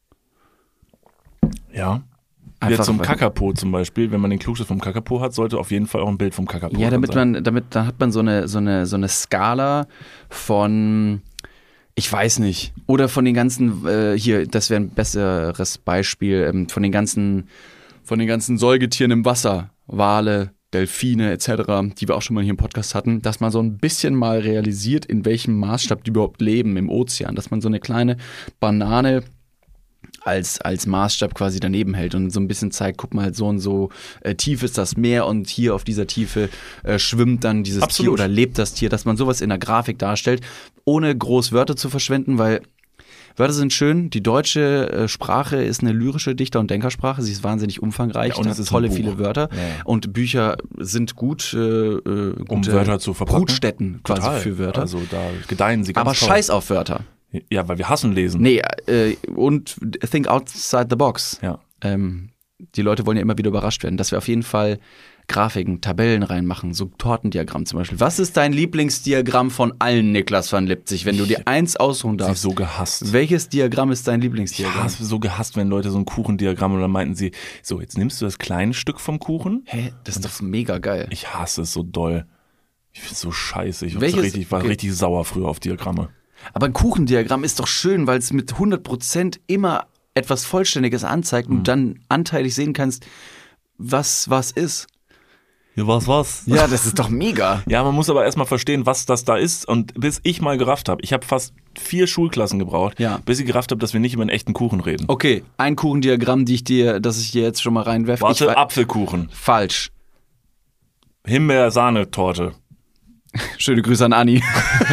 Ja. Einfach Jetzt zum weil- Kakapo zum Beispiel, wenn man den Klugschiss vom Kakapo hat, sollte auf jeden Fall auch ein Bild vom Kakapo Ja, drin sein. dann hat man so eine Skala von, ich weiß nicht, oder von den ganzen, hier, das wäre ein besseres Beispiel, von den ganzen Säugetieren im Wasser, Wale, Delfine etc., die wir auch schon mal hier im Podcast hatten, dass man so ein bisschen mal realisiert, in welchem Maßstab die überhaupt leben im Ozean, dass man so eine kleine Banane als Maßstab quasi daneben hält und so ein bisschen zeigt, guck mal, so und so tief ist das Meer und hier auf dieser Tiefe schwimmt dann dieses Absolut. Tier oder lebt das Tier, dass man sowas in der Grafik darstellt, ohne groß Wörter zu verschwenden, weil Wörter sind schön, die deutsche Sprache ist eine lyrische Dichter- und Denkersprache, sie ist wahnsinnig umfangreich, Ja, und da es hat ist tolle ein Buch. viele Wörter und Bücher sind gut, um Wörter zu verpacken. Brutstätten quasi Total. für Wörter, Also da gedeihen sie ganz aber toll. scheiß auf Wörter. Ja, weil wir hassen lesen. Nee, und think outside the box. Ja. Die Leute wollen ja immer wieder überrascht werden, dass wir auf jeden Fall Grafiken, Tabellen reinmachen, so Tortendiagramm zum Beispiel. Was ist dein Lieblingsdiagramm von allen, Niklas van Lipzig, wenn du dir eins ausruhen Sie darfst? so gehasst. Welches Diagramm ist dein Ja, Lieblingsdiagramm? es ist so gehasst, wenn Leute so ein Kuchendiagramm und dann meinten sie, so, jetzt nimmst du das kleine Stück vom Kuchen. Hä, das ist doch mega geil. Ich hasse es so doll. Ich finde es so scheiße. Ich Welches- war richtig sauer früher auf Diagramme. Aber ein Kuchendiagramm ist doch schön, weil es mit 100% immer etwas Vollständiges anzeigt und du dann anteilig sehen kannst, was ist. Ja, was? Ja, das ist doch mega. Ja, man muss aber erstmal verstehen, was das da ist. Und bis ich mal gerafft habe, ich habe fast 4 Schulklassen gebraucht, Ja. bis ich gerafft habe, dass wir nicht über einen echten Kuchen reden. Okay, ein Kuchendiagramm, das ich dir jetzt schon mal reinwerfe. Warte, Apfelkuchen, Falsch. Himbeer-Sahnetorte. Schöne Grüße an Anni.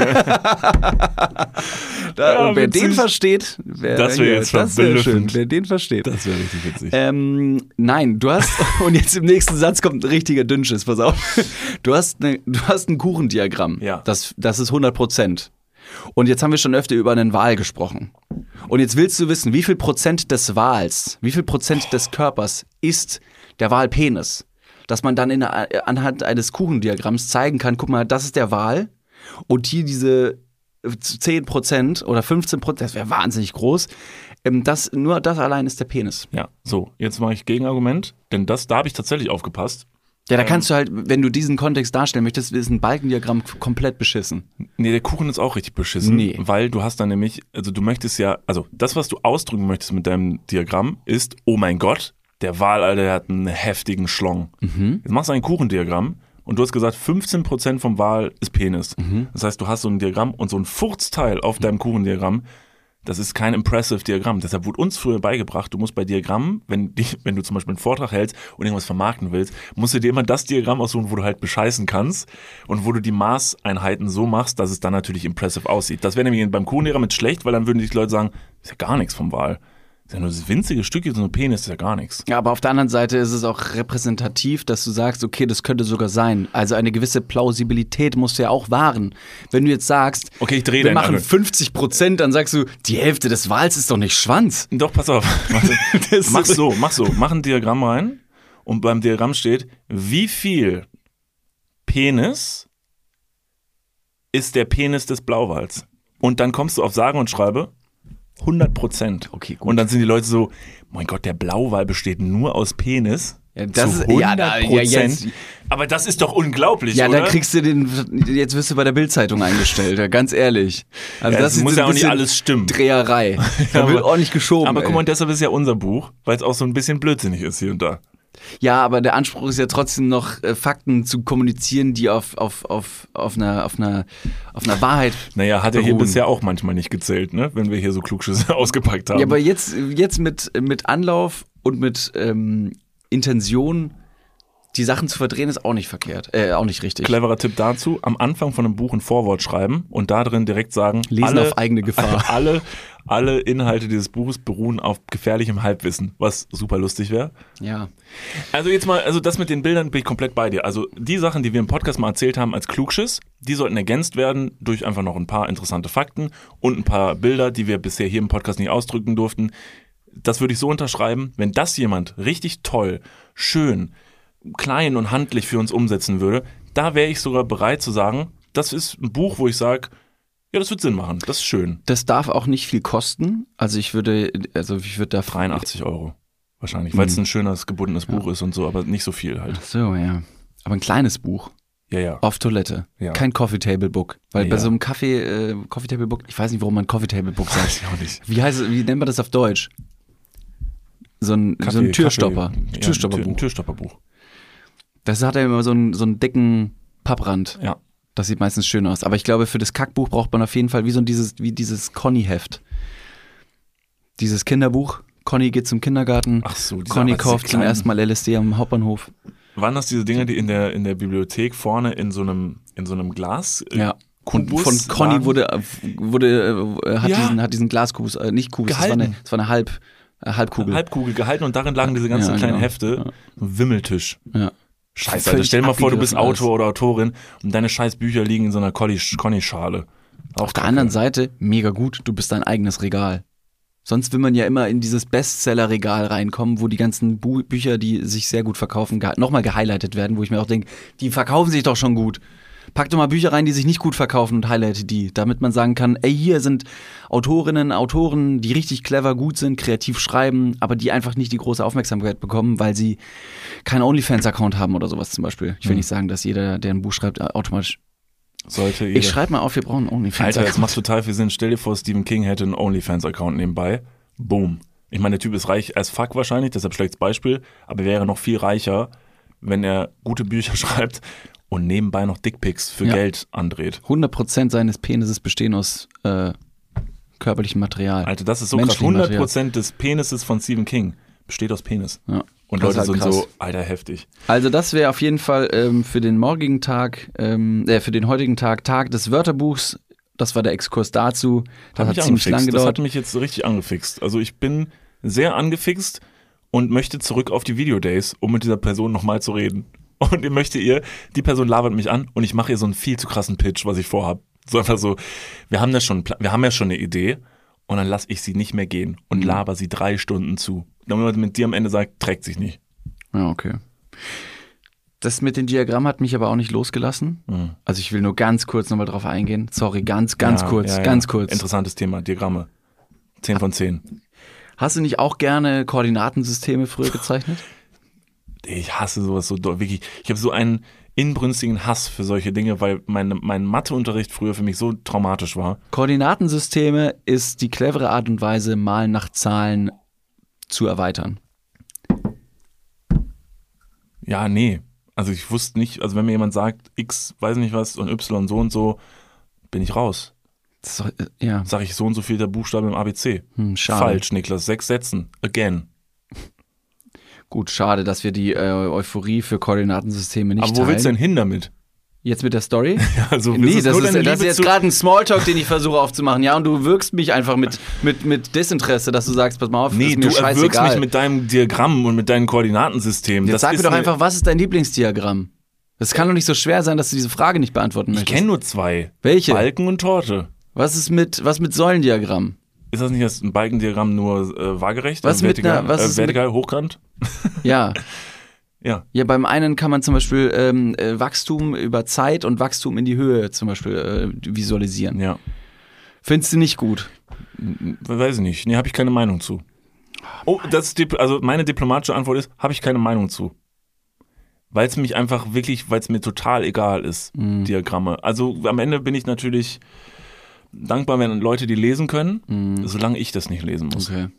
Ja, und wer witzig. den versteht, Das wär jetzt das wär schön, verblüffend. wer den versteht. Das wäre richtig witzig. Nein, du hast, und jetzt im nächsten Satz kommt ein richtiger Dünnschiss, pass auf. Du hast ein Kuchendiagramm, Ja. das ist 100%. Und jetzt haben wir schon öfter über einen Wal gesprochen. Und jetzt willst du wissen, wie viel Prozent des Wals, wie viel Prozent des Körpers ist der Walpenis? Dass man dann anhand eines Kuchendiagramms zeigen kann, guck mal, das ist der Wal und hier diese 10% oder 15%, das wäre wahnsinnig groß, nur das allein ist der Penis. Ja, so, jetzt mache ich Gegenargument, denn da habe ich tatsächlich aufgepasst. Ja, da kannst du halt, wenn du diesen Kontext darstellen möchtest, ist ein Balkendiagramm komplett beschissen. Nee, der Kuchen ist auch richtig beschissen, Nee. weil du hast dann nämlich, also du möchtest ja, also das, was du ausdrücken möchtest mit deinem Diagramm ist, oh mein Gott, der Wal, Alter, der hat einen heftigen Schlong. Jetzt machst du ein Kuchendiagramm und du hast gesagt, 15% vom Wal ist Penis. Das heißt, du hast so ein Diagramm und so ein Furzteil auf deinem Kuchendiagramm Das ist kein impressive Diagramm. Deshalb wurde uns früher beigebracht, du musst bei Diagrammen, wenn du zum Beispiel einen Vortrag hältst und irgendwas vermarkten willst, musst du dir immer das Diagramm aussuchen, wo du halt bescheißen kannst und wo du die Maßeinheiten so machst, dass es dann natürlich impressive aussieht. Das wäre nämlich beim Kuchenlehrer mit schlecht, weil dann würden die Leute sagen, ist ja gar nichts vom Wal. Das ist ja nur das winzige Stück, so ein Penis, ist ja gar nichts. Ja, aber auf der anderen Seite ist es auch repräsentativ, dass du sagst, okay, das könnte sogar sein. Also eine gewisse Plausibilität musst du ja auch wahren. Wenn du jetzt sagst, okay, ich drehe wir machen 50%, dann sagst du, die Hälfte des Wals ist doch nicht Schwanz. Doch, pass auf. Mach so. Mach ein Diagramm rein und beim Diagramm steht, wie viel Penis ist der Penis des Blauwals? Und dann kommst du auf sage und schreibe 100%. Okay, gut. Und dann sind die Leute so, mein Gott, der Blauwal besteht nur aus Penis. Ja, das zu ist 100%. Aber das ist doch unglaublich, ja, oder? da kriegst du jetzt wirst du bei der Bild-Zeitung eingestellt, ja, ganz ehrlich. Also Ja, das muss ist ja ein auch nicht bisschen alles stimmen. Dreherei. Da wird ordentlich geschoben. Aber guck ey. mal, deshalb ist ja unser Buch, weil es auch so ein bisschen blödsinnig ist hier und da. Ja, aber der Anspruch ist ja trotzdem noch, Fakten zu kommunizieren, die auf einer Wahrheit Naja, hat er hier beruhen. bisher auch manchmal nicht gezählt, ne? Wenn wir hier so Klugschüsse ausgepackt haben. Ja, aber jetzt mit Anlauf und mit Intention die Sachen zu verdrehen, ist auch nicht verkehrt. Auch nicht richtig. Cleverer Tipp dazu, am Anfang von einem Buch ein Vorwort schreiben und da drin direkt sagen, Lesen auf eigene Gefahr. Alle Inhalte dieses Buches beruhen auf gefährlichem Halbwissen, was super lustig wäre. Ja. Also jetzt mal, also das mit den Bildern bin ich komplett bei dir. Also die Sachen, die wir im Podcast mal erzählt haben als Klugschiss, die sollten ergänzt werden durch einfach noch ein paar interessante Fakten und ein paar Bilder, die wir bisher hier im Podcast nicht ausdrücken durften. Das würde ich so unterschreiben, wenn das jemand richtig toll, schön, klein und handlich für uns umsetzen würde, da wäre ich sogar bereit zu sagen, das ist ein Buch, wo ich sage, ja, das wird Sinn machen, das ist schön. Das darf auch nicht viel kosten. Also ich würde da 83 € wahrscheinlich, weil es ein schönes, gebundenes Buch ist und so, aber nicht so viel halt. Ach so, ja. Aber ein kleines Buch. Ja. Auf Toilette. Ja. Kein Coffee Table Book. Weil bei Ja. so einem Coffee Table Book, ich weiß nicht, warum man Coffee Table Book sagt. Weiß ich auch nicht. Wie nennt man das auf Deutsch? So ein Türstopper. Ja, Türstopperbuch. ein Türstopperbuch. Das hat ja immer so einen dicken Papprand. Ja. Das sieht meistens schön aus. Aber ich glaube, für das Kackbuch braucht man auf jeden Fall wie dieses Conny-Heft. Dieses Kinderbuch. Conny geht zum Kindergarten. Ach so, diese Conny aber diese kauft zum kleinen- ersten Mal LSD am Hauptbahnhof. Waren das diese Dinger, die in der Bibliothek vorne in so einem Glas? Ja. Und Kubus von Conny lagen? hat diesen Glaskubus, nicht Kubus, Gehalten. das war eine Halbkugel. Halbkugel gehalten und darin lagen diese ganzen Ja, kleinen genau. Hefte. Ja. So ein Wimmeltisch. Ja. Scheiße, Alter. Völlig Stell dir mal vor, du bist abgegriffen Autor oder Autorin und deine scheiß Bücher liegen in so einer Conny-Schale. Auf der anderen Seite, mega gut, du bist dein eigenes Regal. Sonst will man ja immer in dieses Bestseller-Regal reinkommen, wo die ganzen Bücher, die sich sehr gut verkaufen, nochmal gehighlightet werden, wo ich mir auch denke, die verkaufen sich doch schon gut. Pack doch mal Bücher rein, die sich nicht gut verkaufen und highlighte die, damit man sagen kann, ey, hier sind Autorinnen, Autoren, die richtig clever, gut sind, kreativ schreiben, aber die einfach nicht die große Aufmerksamkeit bekommen, weil sie keinen OnlyFans-Account haben oder sowas zum Beispiel. Ich will nicht sagen, dass jeder, der ein Buch schreibt, automatisch. Sollte Ich schreibe mal auf, wir brauchen einen Alter, OnlyFans-Account. das macht total viel Sinn. Stell dir vor, Stephen King hätte einen OnlyFans-Account nebenbei. Boom. Ich meine, der Typ ist reich as fuck wahrscheinlich, deshalb schlechtes Beispiel, aber er wäre noch viel reicher, wenn er gute Bücher schreibt und nebenbei noch Dickpics für Ja. Geld andreht. 100% seines Penises bestehen aus körperlichem Material. Alter, das ist so krass. Menschlichem Material. 100% des Penises von Stephen King besteht aus Penis. Ja. Und Das ist Leute halt sind krass. so, Alter, heftig. Also das wäre auf jeden Fall für den morgigen Tag, für den heutigen Tag, Tag des Wörterbuchs. Das war der Exkurs dazu. Das hat mich ziemlich lang angefixt. Das hat gedauert. mich jetzt so richtig angefixt. Also ich bin sehr angefixt und möchte zurück auf die Videodays, um mit dieser Person nochmal zu reden. Und ich möchte die Person labert mich an und ich mache ihr so einen viel zu krassen Pitch, was ich vorhab. So einfach so, wir haben ja schon eine Idee und dann lasse ich sie nicht mehr gehen und laber sie 3 Stunden zu. Damit man mit dir am Ende sagt, trägt sich nicht. Ja, okay. Das mit den Diagrammen hat mich aber auch nicht losgelassen. Also ich will nur ganz kurz nochmal drauf eingehen. Sorry, ganz kurz. Interessantes Thema, Diagramme. 10 von 10. Hast du nicht auch gerne Koordinatensysteme früher gezeichnet? Ich hasse sowas so wirklich. Ich habe so einen inbrünstigen Hass für solche Dinge, weil mein Matheunterricht früher für mich so traumatisch war. Koordinatensysteme ist die clevere Art und Weise, Malen nach Zahlen zu erweitern. Ja, nee. Also ich wusste nicht, also wenn mir jemand sagt, X weiß nicht was und Y so und so, bin ich raus. Das ist doch, ja. Sag ich so und so viel der Buchstaben im ABC. Schade. Falsch, Niklas. 6 Sätzen. Again. Gut, schade, dass wir die Euphorie für Koordinatensysteme nicht Aber wo teilen. willst du denn hin damit? Jetzt mit der Story? Also, Nee, ist das nur ist deine jetzt Liebe zu- gerade ein Smalltalk, den ich versuche aufzumachen. Ja, und du wirkst mich einfach mit Desinteresse, dass du sagst, pass mal auf, Nee, ist mir du erwürgst scheißegal. mich mit deinem Diagramm und mit deinen Koordinatensystemen. Jetzt sag mir ist doch eine- einfach, was ist dein Lieblingsdiagramm? Das kann doch nicht so schwer sein, dass du diese Frage nicht beantworten Ich möchtest. kenne nur 2. Welche? Balken und Torte. Was mit Säulendiagramm? Ist das nicht das ein Balkendiagramm nur waagerecht? Was mit vertikal, einer- was ist vertikal, hochkant? Ja. Ja. Ja, beim einen kann man zum Beispiel Wachstum über Zeit und Wachstum in die Höhe zum Beispiel visualisieren. Ja. Findest du nicht gut? Weiß ich nicht. Nee, habe ich keine Meinung zu. Oh, also meine diplomatische Antwort ist, habe ich keine Meinung zu. Weil es mich einfach wirklich, weil es mir total egal ist, Diagramme. Also am Ende bin ich natürlich dankbar, wenn Leute die lesen können, solange ich das nicht lesen muss. Okay.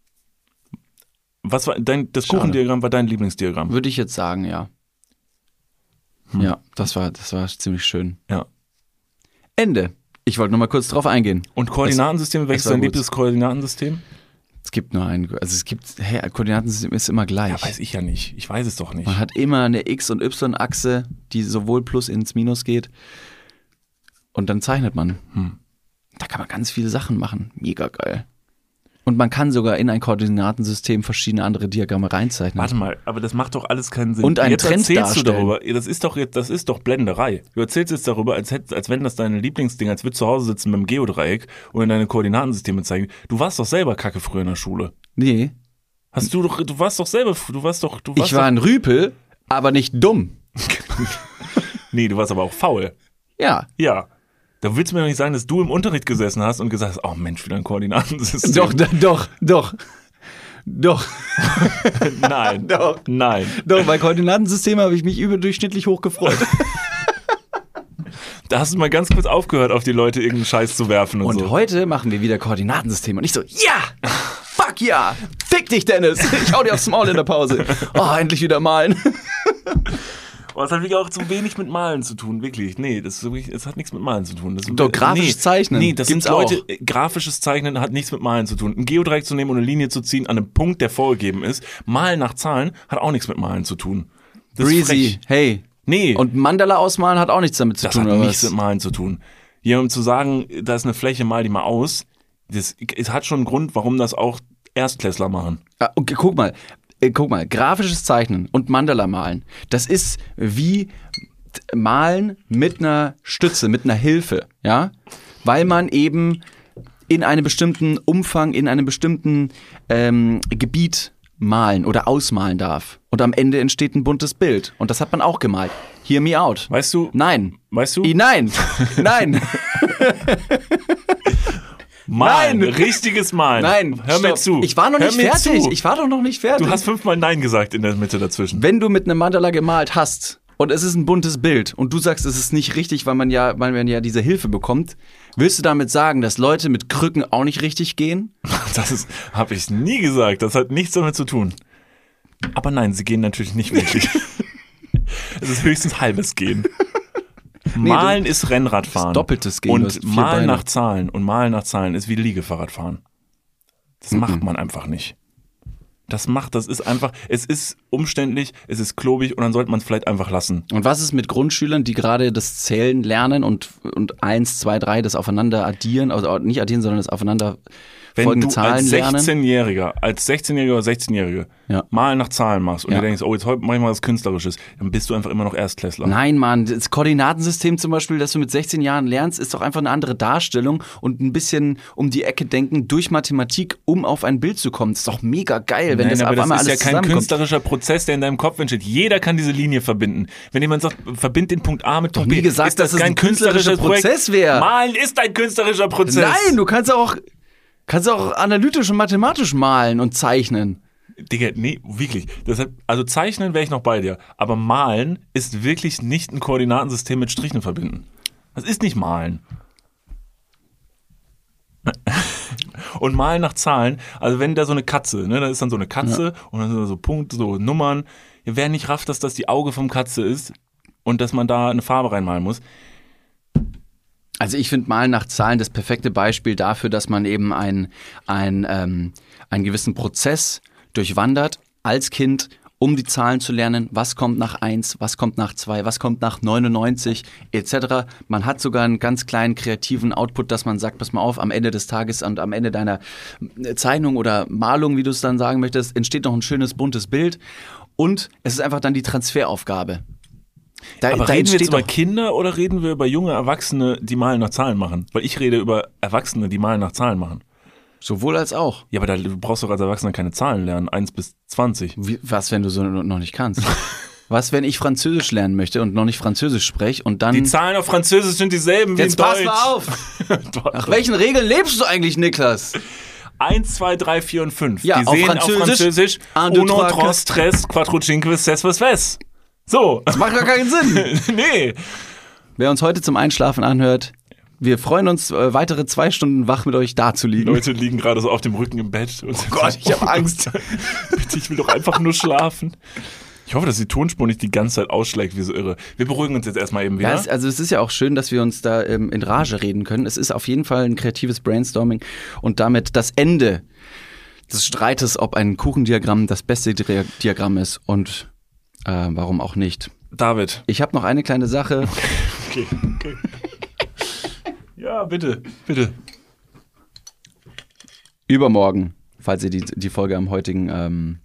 Was war das Schade. Kuchendiagramm war dein Lieblingsdiagramm? Würde ich jetzt sagen, ja. Ja, das war ziemlich schön. Ja. Ende. Ich wollte noch mal kurz drauf eingehen. Und Koordinatensystem, welches ist war dein gut. liebstes Koordinatensystem? Es gibt nur ein, Koordinatensystem ist immer gleich. Ja, weiß ich ja nicht. Ich weiß es doch nicht. Man hat immer eine X- und Y-Achse, die sowohl plus ins Minus geht. Und dann zeichnet man. Da kann man ganz viele Sachen machen. Mega geil. Und man kann sogar in ein Koordinatensystem verschiedene andere Diagramme reinzeichnen. Warte mal, aber das macht doch alles keinen Sinn. Und einen jetzt Trend erzählst du darstellen. darüber. Das ist doch Blenderei. Du erzählst jetzt darüber, als wenn das dein Lieblingsding, als würdest du zu Hause sitzen mit dem Geodreieck und in deine Koordinatensysteme zeigen. Du warst doch selber kacke früher in der Schule. Nee, Du warst doch. ich war ein Rüpel, aber nicht dumm. Nee, du warst aber auch faul. Ja. Ja. Da willst du mir doch nicht sagen, dass du im Unterricht gesessen hast und gesagt hast, oh Mensch, wieder ein Koordinatensystem. Doch. Nein. Doch. Nein. Doch, bei Koordinatensystemen habe ich mich überdurchschnittlich hoch gefreut. Da hast du mal ganz kurz aufgehört, auf die Leute irgendeinen Scheiß zu werfen und Und so. heute machen wir wieder Koordinatensysteme. Und ich so, ja! Fuck ja! Fick dich, Dennis! Ich hau dir aufs Maul in der Pause. Oh, endlich wieder malen. Aber es hat wirklich auch zu wenig mit Malen zu tun, wirklich. Nee, es hat nichts mit Malen zu tun. Doch, grafisches Zeichnen Nee, das gibt's sind Leute, auch. grafisches Zeichnen hat nichts mit Malen zu tun. Ein Geodreieck zu nehmen und eine Linie zu ziehen an einem Punkt, der vorgegeben ist. Malen nach Zahlen hat auch nichts mit Malen zu tun. Das ist Breezy, frech. hey. Nee, Und Mandala ausmalen hat auch nichts damit zu das tun, hat oder nichts was? mit Malen zu tun. Jemandem zu sagen, da ist eine Fläche, mal die mal aus, es hat schon einen Grund, warum das auch Erstklässler machen. Ah, okay, guck mal, grafisches Zeichnen und Mandala malen, das ist wie Malen mit einer Stütze, mit einer Hilfe, ja? Weil man eben in einem bestimmten Umfang, in einem bestimmten Gebiet malen oder ausmalen darf. Und am Ende entsteht ein buntes Bild. Und das hat man auch gemalt. Hear me out. Weißt du? Nein. Weißt du? Nein. Nein. Malen, Nein. richtiges Malen. Nein. Hör mir Stopp. zu. Ich war noch Hör nicht mir fertig. zu. Ich war doch noch nicht fertig. Du hast 5-mal Nein gesagt in der Mitte dazwischen. Wenn du mit einem Mandala gemalt hast und es ist ein buntes Bild und du sagst, es ist nicht richtig, weil man ja diese Hilfe bekommt, willst du damit sagen, dass Leute mit Krücken auch nicht richtig gehen? Das habe ich nie gesagt. Das hat nichts damit zu tun. Aber nein, sie gehen natürlich nicht wirklich. Es ist höchstens halbes Gehen. Malen ist Rennradfahren. ist doppeltes Gehen, du hast Und 4 Malen Beine. nach Zahlen und Malen nach Zahlen ist wie Liegefahrradfahren. Das macht man einfach nicht. Das ist einfach, es ist umständlich, es ist klobig und dann sollte man es vielleicht einfach lassen. Und was ist mit Grundschülern, die gerade das Zählen lernen und 1, 2, 3 das aufeinander addieren, also nicht addieren, sondern das aufeinander Wenn folgende du Zahlen als lernen? 16-Jähriger oder 16-Jährige Ja. Malen nach Zahlen machst und Ja. dir denkst, oh, jetzt heute mach ich mal was Künstlerisches, dann bist du einfach immer noch Erstklässler. Nein, Mann, das Koordinatensystem zum Beispiel, das du mit 16 Jahren lernst, ist doch einfach eine andere Darstellung und ein bisschen um die Ecke denken durch Mathematik, um auf ein Bild zu kommen. Das ist doch mega geil, wenn Nein, das aber auf das einmal ist ja alles kein zusammenkommt. künstlerischer Prozess, der in deinem Kopf entsteht. Jeder kann diese Linie verbinden. Wenn jemand sagt, verbind den Punkt A mit Punkt B, nie gesagt, ist das dass es kein ein künstlerischer künstlerisches Projekt. Prozess wäre. Malen ist ein künstlerischer Prozess. Nein, du kannst auch analytisch und mathematisch malen und zeichnen. Digga, nee, wirklich. Deshalb, also zeichnen wäre ich noch bei dir. Aber malen ist wirklich nicht ein Koordinatensystem mit Strichen verbinden. Das ist nicht malen. Und malen nach Zahlen, also wenn da so eine Katze, ne, da ist dann so eine Katze und dann sind da so Punkte, so Nummern. Ja, wer nicht rafft, dass das die Auge vom Katze ist und dass man da eine Farbe reinmalen muss. Also ich finde Malen nach Zahlen das perfekte Beispiel dafür, dass man eben einen gewissen Prozess durchwandert als Kind, um die Zahlen zu lernen. Was kommt nach 1, was kommt nach 2, was kommt nach 99 etc. Man hat sogar einen ganz kleinen kreativen Output, dass man sagt, pass mal auf, am Ende des Tages und am Ende deiner Zeichnung oder Malung, wie du es dann sagen möchtest, entsteht noch ein schönes, buntes Bild. Und es ist einfach dann die Transferaufgabe. Aber reden wir jetzt über Kinder oder reden wir über junge Erwachsene, die Malen nach Zahlen machen? Weil ich rede über Erwachsene, die Malen nach Zahlen machen. Sowohl als auch. Ja, aber du brauchst doch als Erwachsener keine Zahlen lernen, 1 bis 20. Was, wenn du so noch nicht kannst? Was, wenn ich Französisch lernen möchte und noch nicht Französisch spreche und dann... Die Zahlen auf Französisch sind dieselben wie in Deutsch. Jetzt pass mal auf! Nach welchen Regeln lebst du eigentlich, Niklas? 1, 2, 3, 4 und 5. Ja, die sehen auf Französisch Uno, Trois, Tres, Quattro, Cinque, Ses, Ves. So. Das macht gar keinen Sinn. Nee. Wer uns heute zum Einschlafen anhört, wir freuen uns, weitere 2 Stunden wach mit euch da zu liegen. Leute liegen gerade so auf dem Rücken im Bett. Und oh Gott, ich habe Angst. Bitte, ich will doch einfach nur schlafen. Ich hoffe, dass die Tonspur nicht die ganze Zeit ausschlägt wie so irre. Wir beruhigen uns jetzt erstmal eben wieder. Ja, also es ist ja auch schön, dass wir uns da in Rage reden können. Es ist auf jeden Fall ein kreatives Brainstorming und damit das Ende des Streites, ob ein Kuchendiagramm das beste Diagramm ist und warum auch nicht. David. Ich habe noch eine kleine Sache. Okay. Ja, bitte. Übermorgen, falls ihr die Folge am heutigen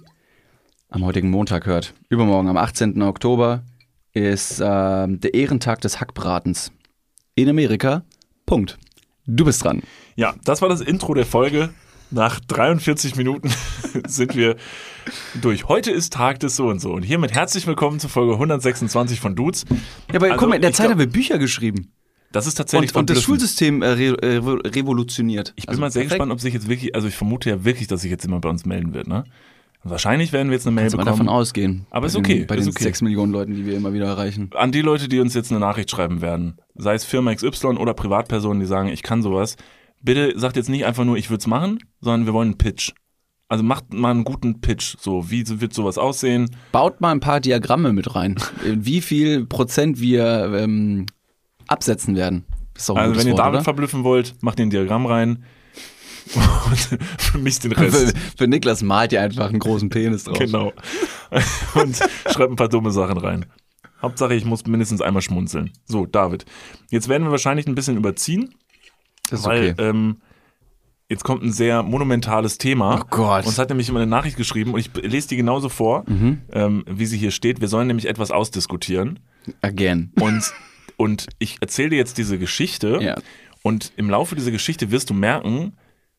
Montag hört. Übermorgen, am 18. Oktober, ist der Ehrentag des Hackbratens in Amerika. Punkt. Du bist dran. Ja, das war das Intro der Folge. Nach 43 Minuten sind wir durch. Heute ist Tag des so und so. Und hiermit herzlich willkommen zur Folge 126 von Dudes. Ja, aber guck mal, in der Zeit haben wir Bücher geschrieben. Das ist tatsächlich und das Schulsystem revolutioniert. Ich bin mal sehr gespannt, ob sich jetzt wirklich, also ich vermute ja wirklich, dass sich jetzt jemand bei uns melden wird, ne? Wahrscheinlich werden wir jetzt eine Mail bekommen. Mal davon ausgehen. Aber ist okay. Bei den 6 Millionen Leuten, die wir immer wieder erreichen. An die Leute, die uns jetzt eine Nachricht schreiben werden, sei es Firma XY oder Privatpersonen, die sagen, ich kann sowas, bitte sagt jetzt nicht einfach nur, ich würde es machen, sondern wir wollen einen Pitch. Also macht mal einen guten Pitch. So, wie wird sowas aussehen? Baut mal ein paar Diagramme mit rein. Wie viel Prozent wir absetzen werden. Das ist auch ein also wenn ihr Wort, David oder? verblüffen wollt, macht ihr ein Diagramm rein. Und für mich den Rest. Für Niklas malt ihr einfach einen großen Penis drauf. Genau. Und schreibt ein paar dumme Sachen rein. Hauptsache, ich muss mindestens einmal schmunzeln. So, David. Jetzt werden wir wahrscheinlich ein bisschen überziehen. Das ist weil okay. Jetzt kommt ein sehr monumentales Thema. Oh Gott. Uns hat nämlich immer eine Nachricht geschrieben und ich lese die genauso vor, wie sie hier steht. Wir sollen nämlich etwas ausdiskutieren. Again. Und ich erzähle dir jetzt diese Geschichte und im Laufe dieser Geschichte wirst du merken,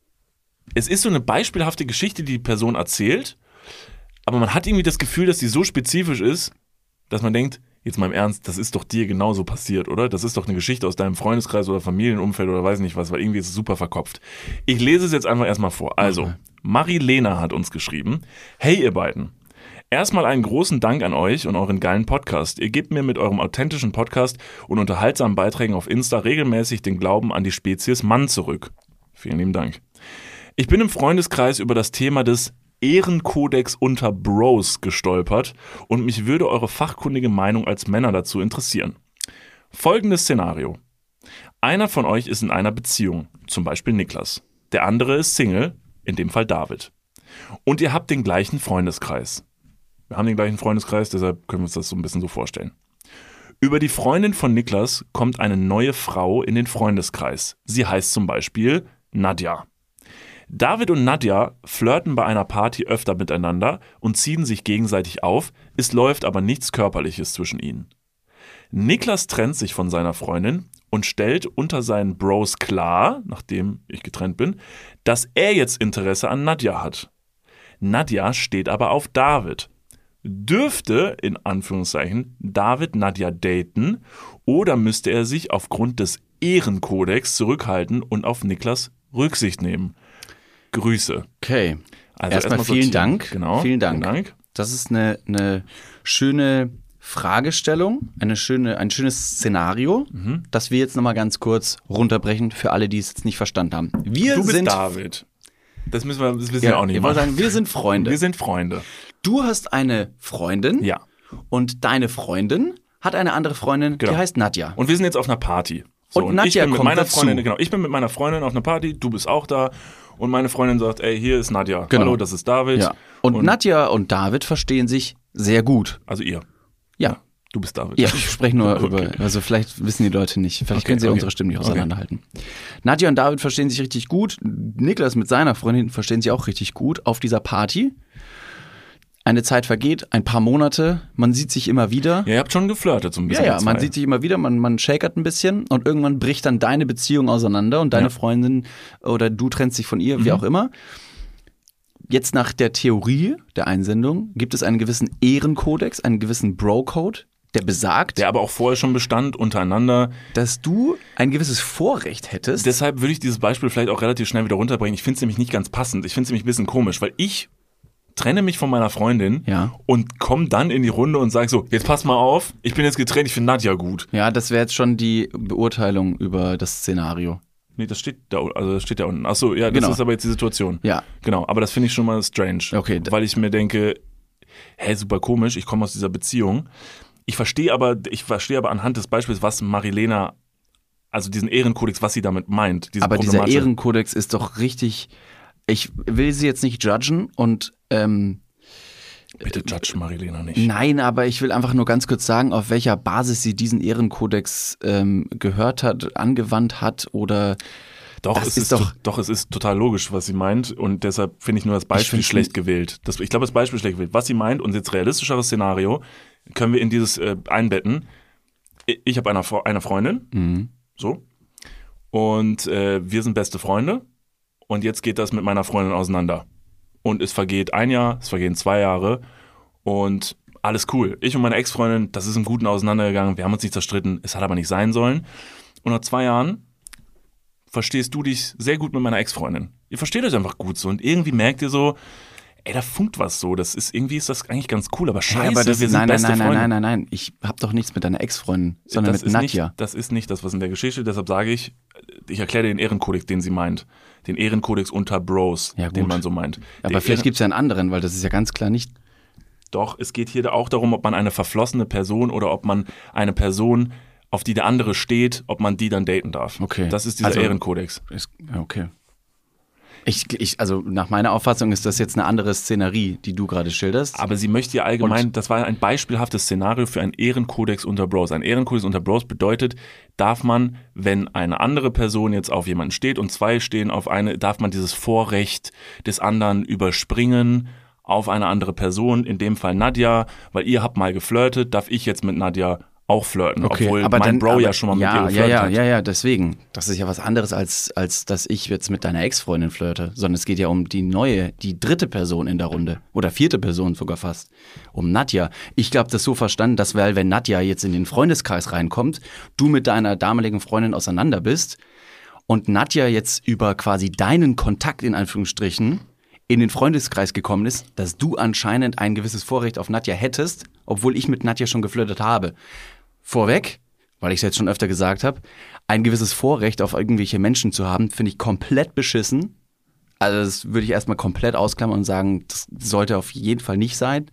es ist so eine beispielhafte Geschichte, die Person erzählt, aber man hat irgendwie das Gefühl, dass die so spezifisch ist, dass man denkt, jetzt mal im Ernst, das ist doch dir genauso passiert, oder? Das ist doch eine Geschichte aus deinem Freundeskreis oder Familienumfeld oder weiß nicht was, weil irgendwie ist es super verkopft. Ich lese es jetzt einfach erstmal vor. Also, Marilena hat uns geschrieben, hey ihr beiden, erstmal einen großen Dank an euch und euren geilen Podcast. Ihr gebt mir mit eurem authentischen Podcast und unterhaltsamen Beiträgen auf Insta regelmäßig den Glauben an die Spezies Mann zurück. Vielen lieben Dank. Ich bin im Freundeskreis über das Thema des Ehrenkodex unter Bros gestolpert und mich würde eure fachkundige Meinung als Männer dazu interessieren. Folgendes Szenario. Einer von euch ist in einer Beziehung, zum Beispiel Niklas. Der andere ist Single, in dem Fall David. Und ihr habt den gleichen Freundeskreis. Wir haben den gleichen Freundeskreis, deshalb können wir uns das so ein bisschen so vorstellen. Über die Freundin von Niklas kommt eine neue Frau in den Freundeskreis. Sie heißt zum Beispiel Nadja. David und Nadja flirten bei einer Party öfter miteinander und ziehen sich gegenseitig auf, es läuft aber nichts Körperliches zwischen ihnen. Niklas trennt sich von seiner Freundin und stellt unter seinen Bros klar, nachdem ich getrennt bin, dass er jetzt Interesse an Nadja hat. Nadja steht aber auf David. Dürfte, in Anführungszeichen, David Nadja daten oder müsste er sich aufgrund des Ehrenkodex zurückhalten und auf Niklas Rücksicht nehmen? Grüße. Okay. Also erstmal vielen Dank. Genau. Vielen Dank. Das ist eine schöne Fragestellung, ein schönes Szenario, das wir jetzt nochmal ganz kurz runterbrechen für alle, die es jetzt nicht verstanden haben. Du bist David. Das wissen wir auch nicht. Ich wollte sagen, wir sind Freunde. Wir sind Freunde. Du hast eine Freundin. Ja. Und deine Freundin hat eine andere Freundin, die heißt Nadja. Und wir sind jetzt auf einer Party. So, Und Nadja ich bin mit kommt meiner dazu. Freundin, genau, ich bin mit meiner Freundin auf einer Party, du bist auch da und meine Freundin sagt, ey, hier ist Nadja. Genau. Hallo, das ist David. Ja. Und Nadja und David verstehen sich sehr gut. Also ihr. Ja. Du bist David. Ja, ich spreche nur Okay. über, also vielleicht wissen die Leute nicht, vielleicht können sie unsere Stimmen nicht auseinanderhalten. Nadja und David verstehen sich richtig gut, Niklas mit seiner Freundin verstehen sich auch richtig gut auf dieser Party. Eine Zeit vergeht, ein paar Monate, man sieht sich immer wieder. Ja, ihr habt schon geflirtet so ein bisschen. Ja, ihr man zwei. sieht sich immer wieder, man shakert ein bisschen und irgendwann bricht dann deine Beziehung auseinander und deine Freundin oder du trennst dich von ihr, wie auch immer. Jetzt nach der Theorie der Einsendung gibt es einen gewissen Ehrenkodex, einen gewissen Bro-Code, der besagt, Der aber auch vorher schon bestand untereinander. dass du ein gewisses Vorrecht hättest. Deshalb würde ich dieses Beispiel vielleicht auch relativ schnell wieder runterbringen. Ich finde es nämlich nicht ganz passend. Ich finde es nämlich ein bisschen komisch, weil ich trenne mich von meiner Freundin und komme dann in die Runde und sage so, jetzt pass mal auf, ich bin jetzt getrennt, ich finde Nadja gut. Ja, das wäre jetzt schon die Beurteilung über das Szenario. Nee, das steht da, also das steht da unten. Achso, ja, das Genau. ist aber jetzt die Situation. Ja. Genau, aber das finde ich schon mal strange. Okay. Weil ich mir denke, super komisch, ich komme aus dieser Beziehung. Ich verstehe aber anhand des Beispiels, was Marilena, also diesen Ehrenkodex, was sie damit meint. Aber dieser Ehrenkodex ist doch richtig, ich will sie jetzt nicht judgen und Bitte judge Marilena nicht. nein, aber ich will einfach nur ganz kurz sagen, auf welcher Basis sie diesen Ehrenkodex gehört hat, angewandt hat oder Doch, das es ist ist doch, es ist total logisch, was sie meint und deshalb finde ich nur das Beispiel find's schlecht gewählt. Ich glaube, das Beispiel schlecht gewählt. Was sie meint und jetzt realistischeres Szenario können wir in dieses einbetten. Ich habe eine Freundin, so, und wir sind beste Freunde und jetzt geht das mit meiner Freundin auseinander. Und es vergeht ein Jahr, es vergehen 2 Jahre und alles cool. Ich und meine Ex-Freundin, das ist im Guten auseinandergegangen, wir haben uns nicht zerstritten, es hat aber nicht sein sollen. Und nach 2 Jahren verstehst du dich sehr gut mit meiner Ex-Freundin. Ihr versteht euch einfach gut so und irgendwie merkt ihr so, ey, da funkt was so. Irgendwie ist das eigentlich ganz cool, aber scheiße, aber das, wir sind beste Freunde. nein, ich habe doch nichts mit deiner Ex-Freundin, sondern Das mit ist Nadja. nicht, das ist nicht das, was in der Geschichte steht. Deshalb sage ich erkläre den Ehrenkodex, den sie meint. Den Ehrenkodex unter Bros, Ja, gut. den man so meint. Aber vielleicht gibt es ja einen anderen, weil das ist ja ganz klar nicht. Doch, es geht hier auch darum, ob man eine verflossene Person oder ob man eine Person, auf die der andere steht, ob man die dann daten darf. Okay. Das ist dieser Also- Ehrenkodex. Ja, okay. Also nach meiner Auffassung ist das jetzt eine andere Szenerie, die du gerade schilderst. Aber sie möchte ja allgemein, das war ein beispielhaftes Szenario für einen Ehrenkodex unter Bros. Ein Ehrenkodex unter Bros bedeutet, darf man, wenn eine andere Person jetzt auf jemanden steht und 2 stehen auf eine, darf man dieses Vorrecht des anderen überspringen auf eine andere Person, in dem Fall Nadja, weil ihr habt mal geflirtet, darf ich jetzt mit Nadja auch flirten, obwohl mein Bro ja schon mal mit ihr geflirtet hat. Ja, deswegen. Das ist ja was anderes, als dass ich jetzt mit deiner Ex-Freundin flirte, sondern es geht ja um die dritte Person in der Runde. Oder 4. Person sogar fast. Um Nadja. Ich glaube, das so verstanden, dass wenn Nadja jetzt in den Freundeskreis reinkommt, du mit deiner damaligen Freundin auseinander bist und Nadja jetzt über quasi deinen Kontakt in Anführungsstrichen in den Freundeskreis gekommen ist, dass du anscheinend ein gewisses Vorrecht auf Nadja hättest, obwohl ich mit Nadja schon geflirtet habe. Vorweg, weil ich es jetzt schon öfter gesagt habe, ein gewisses Vorrecht auf irgendwelche Menschen zu haben, finde ich komplett beschissen. Also das würde ich erstmal komplett ausklammern und sagen, das sollte auf jeden Fall nicht sein.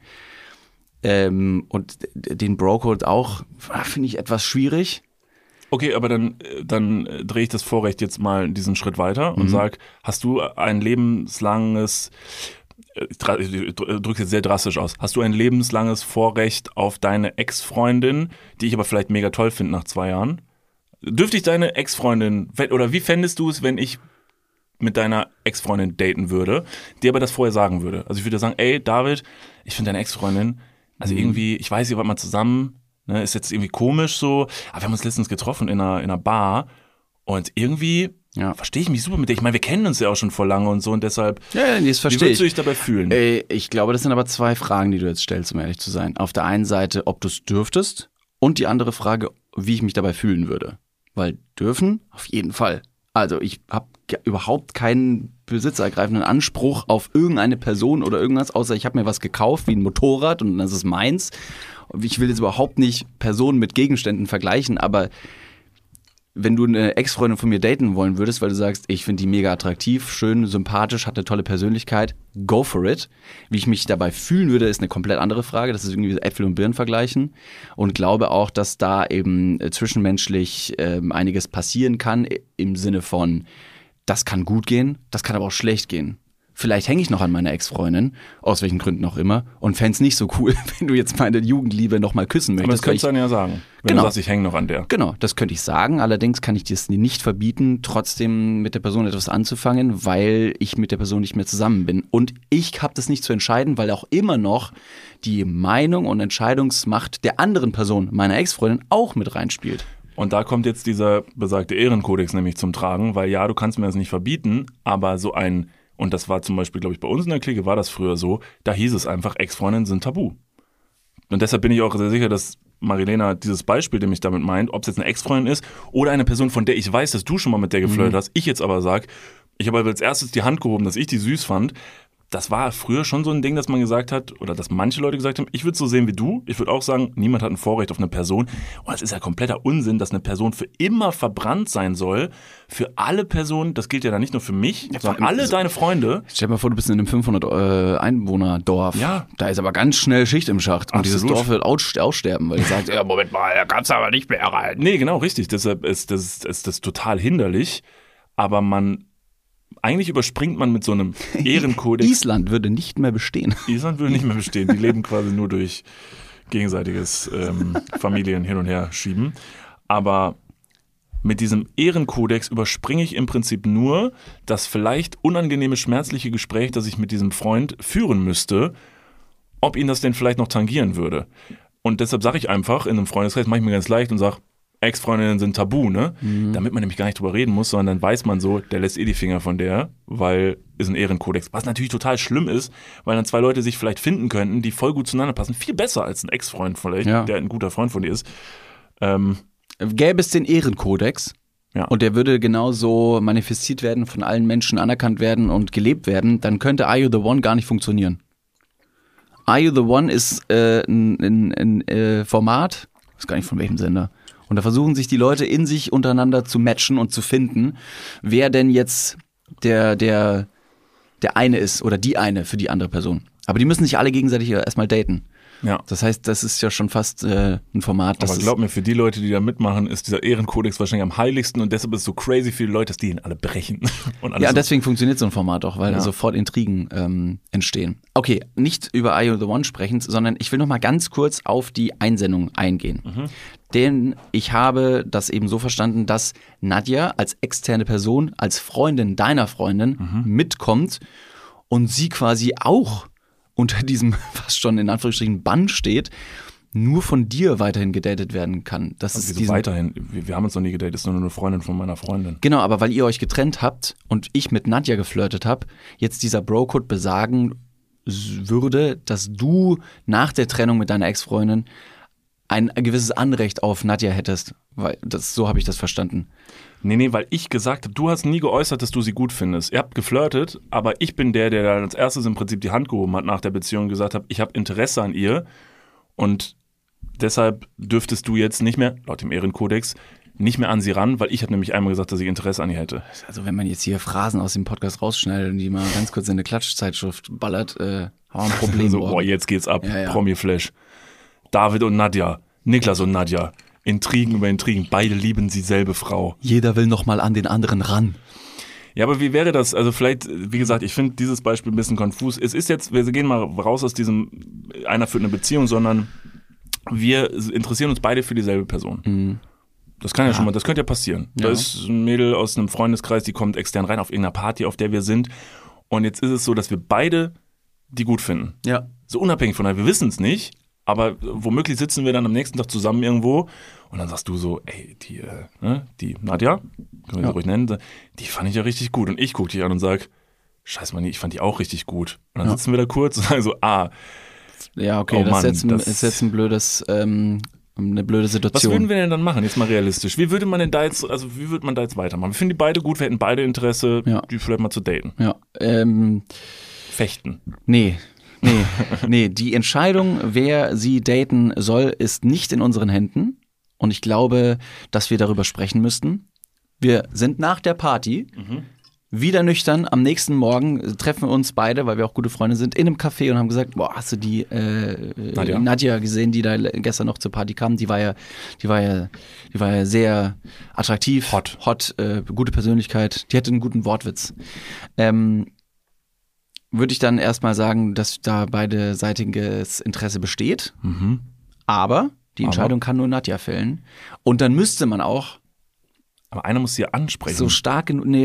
Und den Bro-Code auch, finde ich etwas schwierig. Okay, aber dann drehe ich das Vorrecht jetzt mal diesen Schritt weiter und sag, hast du ein lebenslanges, ich drücke jetzt sehr drastisch aus, hast du ein lebenslanges Vorrecht auf deine Ex-Freundin, die ich aber vielleicht mega toll finde nach 2 Jahren? Dürfte ich deine Ex-Freundin, oder wie fändest du es, wenn ich mit deiner Ex-Freundin daten würde, dir aber das vorher sagen würde? Also ich würde sagen, ey David, ich finde deine Ex-Freundin, also irgendwie, ich weiß, ihr wart mal zusammen, ne, ist jetzt irgendwie komisch so, aber wir haben uns letztens getroffen in einer Bar und irgendwie verstehe ich mich super mit dir. Ich meine, wir kennen uns ja auch schon vor lange und so und deshalb, Ja, das verstehe wie würdest du dich dabei fühlen? Ich glaube, das sind aber 2 Fragen, die du jetzt stellst, um ehrlich zu sein. Auf der einen Seite, ob du es dürftest und die andere Frage, wie ich mich dabei fühlen würde. Weil dürfen, auf jeden Fall. Also ich habe überhaupt keinen besitzergreifenden Anspruch auf irgendeine Person oder irgendwas, außer ich habe mir was gekauft, wie ein Motorrad und das ist meins. Ich will jetzt überhaupt nicht Personen mit Gegenständen vergleichen, aber wenn du eine Ex-Freundin von mir daten wollen würdest, weil du sagst, ich finde die mega attraktiv, schön, sympathisch, hat eine tolle Persönlichkeit, go for it. Wie ich mich dabei fühlen würde, ist eine komplett andere Frage. Das ist irgendwie Äpfel und Birnen vergleichen. Und glaube auch, dass da eben zwischenmenschlich einiges passieren kann, im Sinne von, das kann gut gehen, das kann aber auch schlecht gehen. Vielleicht hänge ich noch an meiner Ex-Freundin, aus welchen Gründen auch immer, und fände es nicht so cool, wenn du jetzt meine Jugendliebe noch mal küssen möchtest. Aber das könntest du dann ja sagen, wenn du sagst, ich hänge noch an der. Genau, das könnte ich sagen. Allerdings kann ich dir es nicht verbieten, trotzdem mit der Person etwas anzufangen, weil ich mit der Person nicht mehr zusammen bin. Und ich habe das nicht zu entscheiden, weil auch immer noch die Meinung und Entscheidungsmacht der anderen Person, meiner Ex-Freundin, auch mit reinspielt. Und da kommt jetzt dieser besagte Ehrenkodex nämlich zum Tragen, weil ja, du kannst mir das nicht verbieten, aber so ein... Und das war zum Beispiel, glaube ich, bei uns in der Clique war das früher so, da hieß es einfach, Ex-Freundinnen sind tabu. Und deshalb bin ich auch sehr sicher, dass Marilena dieses Beispiel, dem ich damit meint, ob es jetzt eine Ex-Freundin ist oder eine Person, von der ich weiß, dass du schon mal mit der geflirtet hast, ich jetzt aber sage, ich habe als erstes die Hand gehoben, dass ich die süß fand. Das war früher schon so ein Ding, dass man gesagt hat, oder dass manche Leute gesagt haben, ich würde es so sehen wie du. Ich würde auch sagen, niemand hat ein Vorrecht auf eine Person. Und es ist ja kompletter Unsinn, dass eine Person für immer verbrannt sein soll. Für alle Personen, das gilt ja dann nicht nur für mich, sondern alle deine Freunde. Stell dir mal vor, du bist in einem 500-Einwohner-Dorf. Ja. Da ist aber ganz schnell Schicht im Schacht. Und Absolut. dieses Dorf wird aussterben, weil die sagt, ja, Moment mal, da kannst du aber nicht mehr rein. Nee, genau, richtig. Deshalb ist das total hinderlich. Aber eigentlich überspringt man mit so einem Ehrenkodex. Island würde nicht mehr bestehen. Island würde nicht mehr bestehen. Die leben quasi nur durch gegenseitiges Familien hin und her schieben. Aber mit diesem Ehrenkodex überspringe ich im Prinzip nur das vielleicht unangenehme, schmerzliche Gespräch, das ich mit diesem Freund führen müsste, ob ihn das denn vielleicht noch tangieren würde. Und deshalb sage ich einfach, in einem Freundeskreis mache ich mir ganz leicht und sage, Ex-Freundinnen sind tabu, ne? Damit man nämlich gar nicht drüber reden muss, sondern dann weiß man so, der lässt die Finger von der, weil ist ein Ehrenkodex. Was natürlich total schlimm ist, weil dann zwei Leute sich vielleicht finden könnten, die voll gut zueinander passen. Viel besser als ein Ex-Freund vielleicht, der ein guter Freund von dir ist. Gäbe es den Ehrenkodex und der würde genauso manifestiert werden, von allen Menschen anerkannt werden und gelebt werden, dann könnte Are You The One gar nicht funktionieren. Are You The One ist ein Format, ich weiß gar nicht von welchem Sender. Und da versuchen sich die Leute in sich untereinander zu matchen und zu finden, wer denn jetzt der eine ist oder die eine für die andere Person. Aber die müssen sich alle gegenseitig erstmal daten. Ja. Das heißt, das ist ja schon fast ein Format. Aber glaub mir, für die Leute, die da mitmachen, ist dieser Ehrenkodex wahrscheinlich am heiligsten und deshalb ist es so crazy viele Leute, dass die ihn alle brechen. Und alles deswegen funktioniert so ein Format auch, weil sofort Intrigen entstehen. Okay, nicht über Are You The One sprechend, sondern ich will noch mal ganz kurz auf die Einsendung eingehen. Denn ich habe das eben so verstanden, dass Nadja als externe Person, als Freundin deiner Freundin mitkommt und sie quasi auch unter diesem fast schon in Anführungsstrichen Bann steht, nur von dir weiterhin gedatet werden kann. Das ist weiterhin? Wir haben uns noch nie gedatet, das ist nur eine Freundin von meiner Freundin. Genau, aber weil ihr euch getrennt habt und ich mit Nadja geflirtet habe, jetzt dieser Bro-Code besagen würde, dass du nach der Trennung mit deiner Ex-Freundin ein gewisses Anrecht auf Nadja hättest. So habe ich das verstanden. Nee, weil ich gesagt habe, du hast nie geäußert, dass du sie gut findest. Ihr habt geflirtet, aber ich bin der dann als erstes im Prinzip die Hand gehoben hat nach der Beziehung und gesagt hat, ich habe Interesse an ihr und deshalb dürftest du jetzt nicht mehr, laut dem Ehrenkodex, nicht mehr an sie ran, weil ich habe nämlich einmal gesagt, dass ich Interesse an ihr hätte. Also wenn man jetzt hier Phrasen aus dem Podcast rausschneidet und die mal ganz kurz in eine Klatschzeitschrift ballert, haben wir ein Problem. So, jetzt geht's ab, Promi-Flash. David und Nadja, Niklas und Nadja, Intrigen über Intrigen, beide lieben dieselbe Frau. Jeder will noch mal an den anderen ran. Ja, aber wie wäre das? Also vielleicht, wie gesagt, ich finde dieses Beispiel ein bisschen konfus. Es ist jetzt, wir gehen mal raus aus diesem, einer führt eine Beziehung, sondern wir interessieren uns beide für dieselbe Person. Das kann ja schon mal, das könnte ja passieren. Da ist ein Mädel aus einem Freundeskreis, die kommt extern rein auf irgendeiner Party, auf der wir sind. Und jetzt ist es so, dass wir beide die gut finden. Ja. So unabhängig voneinander. Wir wissen es nicht. Aber womöglich sitzen wir dann am nächsten Tag zusammen irgendwo und dann sagst du so, ey, die Nadja, können wir sie ruhig nennen, die fand ich ja richtig gut. Und ich gucke dich an und sag, scheiß Mann, ich fand die auch richtig gut. Und dann sitzen wir da kurz und sagen so, ja, okay, das ist jetzt ein blödes, eine blöde Situation. Was würden wir denn dann machen, jetzt mal realistisch? Wie würde man da jetzt weitermachen? Wir finden die beide gut, wir hätten beide Interesse, die vielleicht mal zu daten. Ja. Fechten. Nee, die Entscheidung, wer sie daten soll, ist nicht in unseren Händen. und ich glaube, dass wir darüber sprechen müssten. Wir sind nach der Party wieder nüchtern. Am nächsten Morgen treffen wir uns beide, weil wir auch gute Freunde sind, in einem Café und haben gesagt, boah, hast du die Nadja gesehen, die da gestern noch zur Party kam? Die war ja sehr attraktiv, hot, gute Persönlichkeit. Die hatte einen guten Wortwitz. Würde ich dann erstmal sagen, dass da beidseitiges Interesse besteht. Aber die Entscheidung kann nur Nadja fällen. Und dann müsste man auch aber einer muss sie ja ansprechen. so stark genug, ich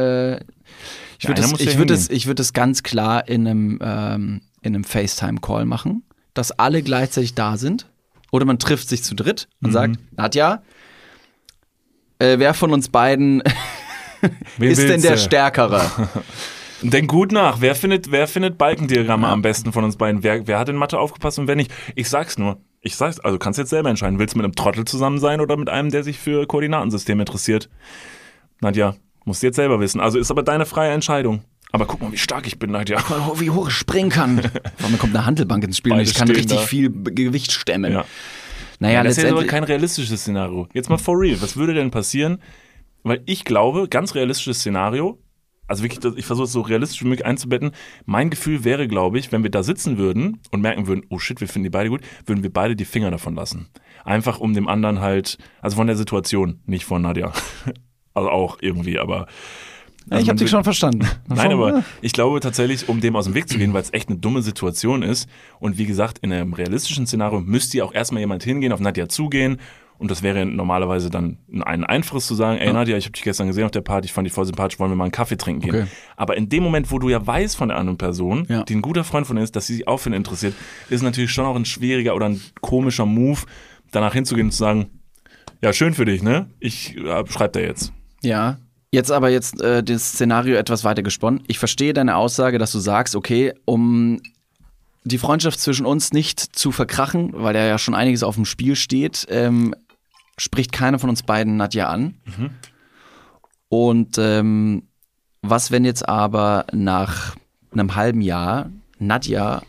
würde es ganz klar in einem FaceTime-Call machen, dass alle gleichzeitig da sind. Oder man trifft sich zu dritt und sagt, Nadja, wer von uns beiden ist denn der Stärkere? Denk gut nach. Wer findet Balkendiagramme am besten von uns beiden? Wer hat in Mathe aufgepasst und wer nicht? Ich sag's nur. Also kannst jetzt selber entscheiden. Willst du mit einem Trottel zusammen sein oder mit einem, der sich für Koordinatensysteme interessiert? Nadja, musst du jetzt selber wissen. Also ist aber deine freie Entscheidung. Aber guck mal, wie stark ich bin, Nadja. Wie hoch ich springen kann. Vor allem kommt eine Handelbank ins Spiel und ich kann richtig viel Gewicht stemmen. Ja. Naja, das ist aber kein realistisches Szenario. Jetzt mal for real. Was würde denn passieren? Weil ich glaube, ganz realistisches Szenario, also wirklich, ich versuche es so realistisch wie möglich einzubetten. Mein Gefühl wäre, glaube ich, wenn wir da sitzen würden und merken würden, oh shit, wir finden die beide gut, würden wir beide die Finger davon lassen. Einfach um dem anderen halt, also von der Situation, nicht von Nadja. Also auch irgendwie, aber... Also ich habe dich schon verstanden. Nein, aber ich glaube tatsächlich, um dem aus dem Weg zu gehen, weil es echt eine dumme Situation ist. Und wie gesagt, in einem realistischen Szenario müsste ja auch erstmal jemand hingehen, auf Nadja zugehen. Und das wäre normalerweise dann ein einfaches zu sagen, ey Nadja, ich habe dich gestern gesehen auf der Party, ich fand dich voll sympathisch, wollen wir mal einen Kaffee trinken gehen. Okay. Aber in dem Moment, wo du ja weißt von der anderen Person, die ein guter Freund von dir ist, dass sie sich auch für ihn interessiert, ist natürlich schon auch ein schwieriger oder ein komischer Move, danach hinzugehen und zu sagen, ja, schön für dich, ne? Ich schreib da jetzt. Ja. Jetzt das Szenario etwas weiter gesponnen. Ich verstehe deine Aussage, dass du sagst, okay, um die Freundschaft zwischen uns nicht zu verkrachen, weil da ja schon einiges auf dem Spiel steht, spricht keiner von uns beiden Nadja an. Und was, wenn jetzt aber nach einem halben Jahr Nadja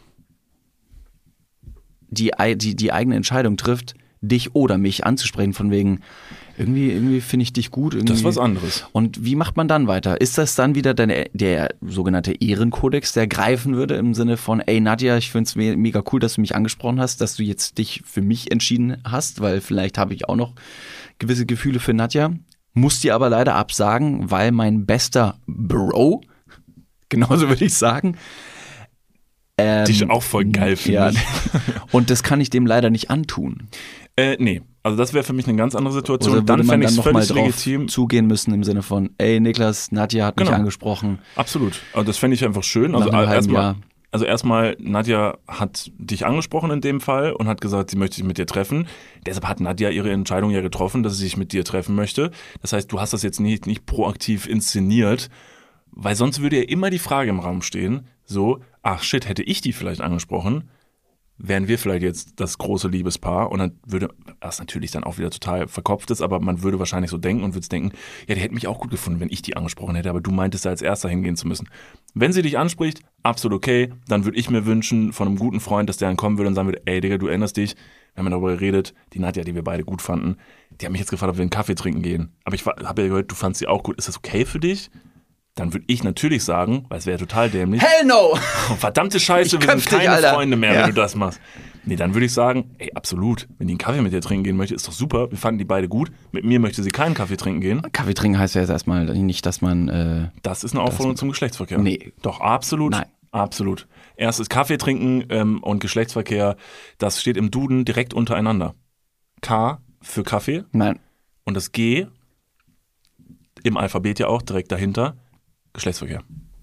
die eigene Entscheidung trifft, dich oder mich anzusprechen, von wegen, irgendwie finde ich dich gut. Irgendwie. Das ist was anderes. Und wie macht man dann weiter? Ist das dann wieder der sogenannte Ehrenkodex, der greifen würde im Sinne von, ey Nadja, ich finde es mega cool, dass du mich angesprochen hast, dass du jetzt dich für mich entschieden hast, weil vielleicht habe ich auch noch gewisse Gefühle für Nadja. Muss dir aber leider absagen, weil mein bester Bro, genauso würde ich sagen, dich auch voll geil finde. Ja, und das kann ich dem leider nicht antun. Nee, also das wäre für mich eine ganz andere Situation. Oder dann fände ich es völlig drauf legitim. Zugehen müssen im Sinne von, ey Niklas, Nadja hat mich angesprochen. Absolut. Also das fände ich einfach schön. Also erstmal, Nadja hat dich angesprochen in dem Fall und hat gesagt, sie möchte sich mit dir treffen. Deshalb hat Nadja ihre Entscheidung ja getroffen, dass sie sich mit dir treffen möchte. Das heißt, du hast das jetzt nicht proaktiv inszeniert, weil sonst würde ja immer die Frage im Raum stehen, so, ach shit, hätte ich die vielleicht angesprochen, wären wir vielleicht jetzt das große Liebespaar und dann würde, was natürlich dann auch wieder total verkopft ist, aber man würde wahrscheinlich so denken und würde denken, ja, die hätte mich auch gut gefunden, wenn ich die angesprochen hätte, aber du meintest da als Erster hingehen zu müssen. Wenn sie dich anspricht, absolut okay, dann würde ich mir wünschen von einem guten Freund, dass der dann kommen würde und sagen würde, ey Digga, du erinnerst dich, wir haben darüber geredet, die Nadja, die wir beide gut fanden, die hat mich jetzt gefragt, ob wir einen Kaffee trinken gehen, aber ich habe ja gehört, du fandst sie auch gut, ist das okay für dich? Dann würde ich natürlich sagen, weil es wäre total dämlich. Hell no! Oh, verdammte Scheiße, wir sind keine Freunde mehr, wenn du das machst. Nee, dann würde ich sagen, ey, absolut. Wenn die einen Kaffee mit dir trinken gehen möchte, ist doch super. Wir fanden die beide gut. Mit mir möchte sie keinen Kaffee trinken gehen. Kaffee trinken heißt ja jetzt erstmal nicht, dass man... das ist eine Aufforderung zum Geschlechtsverkehr. Nee. Doch, absolut. Nein. Absolut. Erstes Kaffee trinken und Geschlechtsverkehr, das steht im Duden direkt untereinander. K für Kaffee. Nein. Und das G, im Alphabet ja auch, direkt dahinter, Geschlechtsverkehr.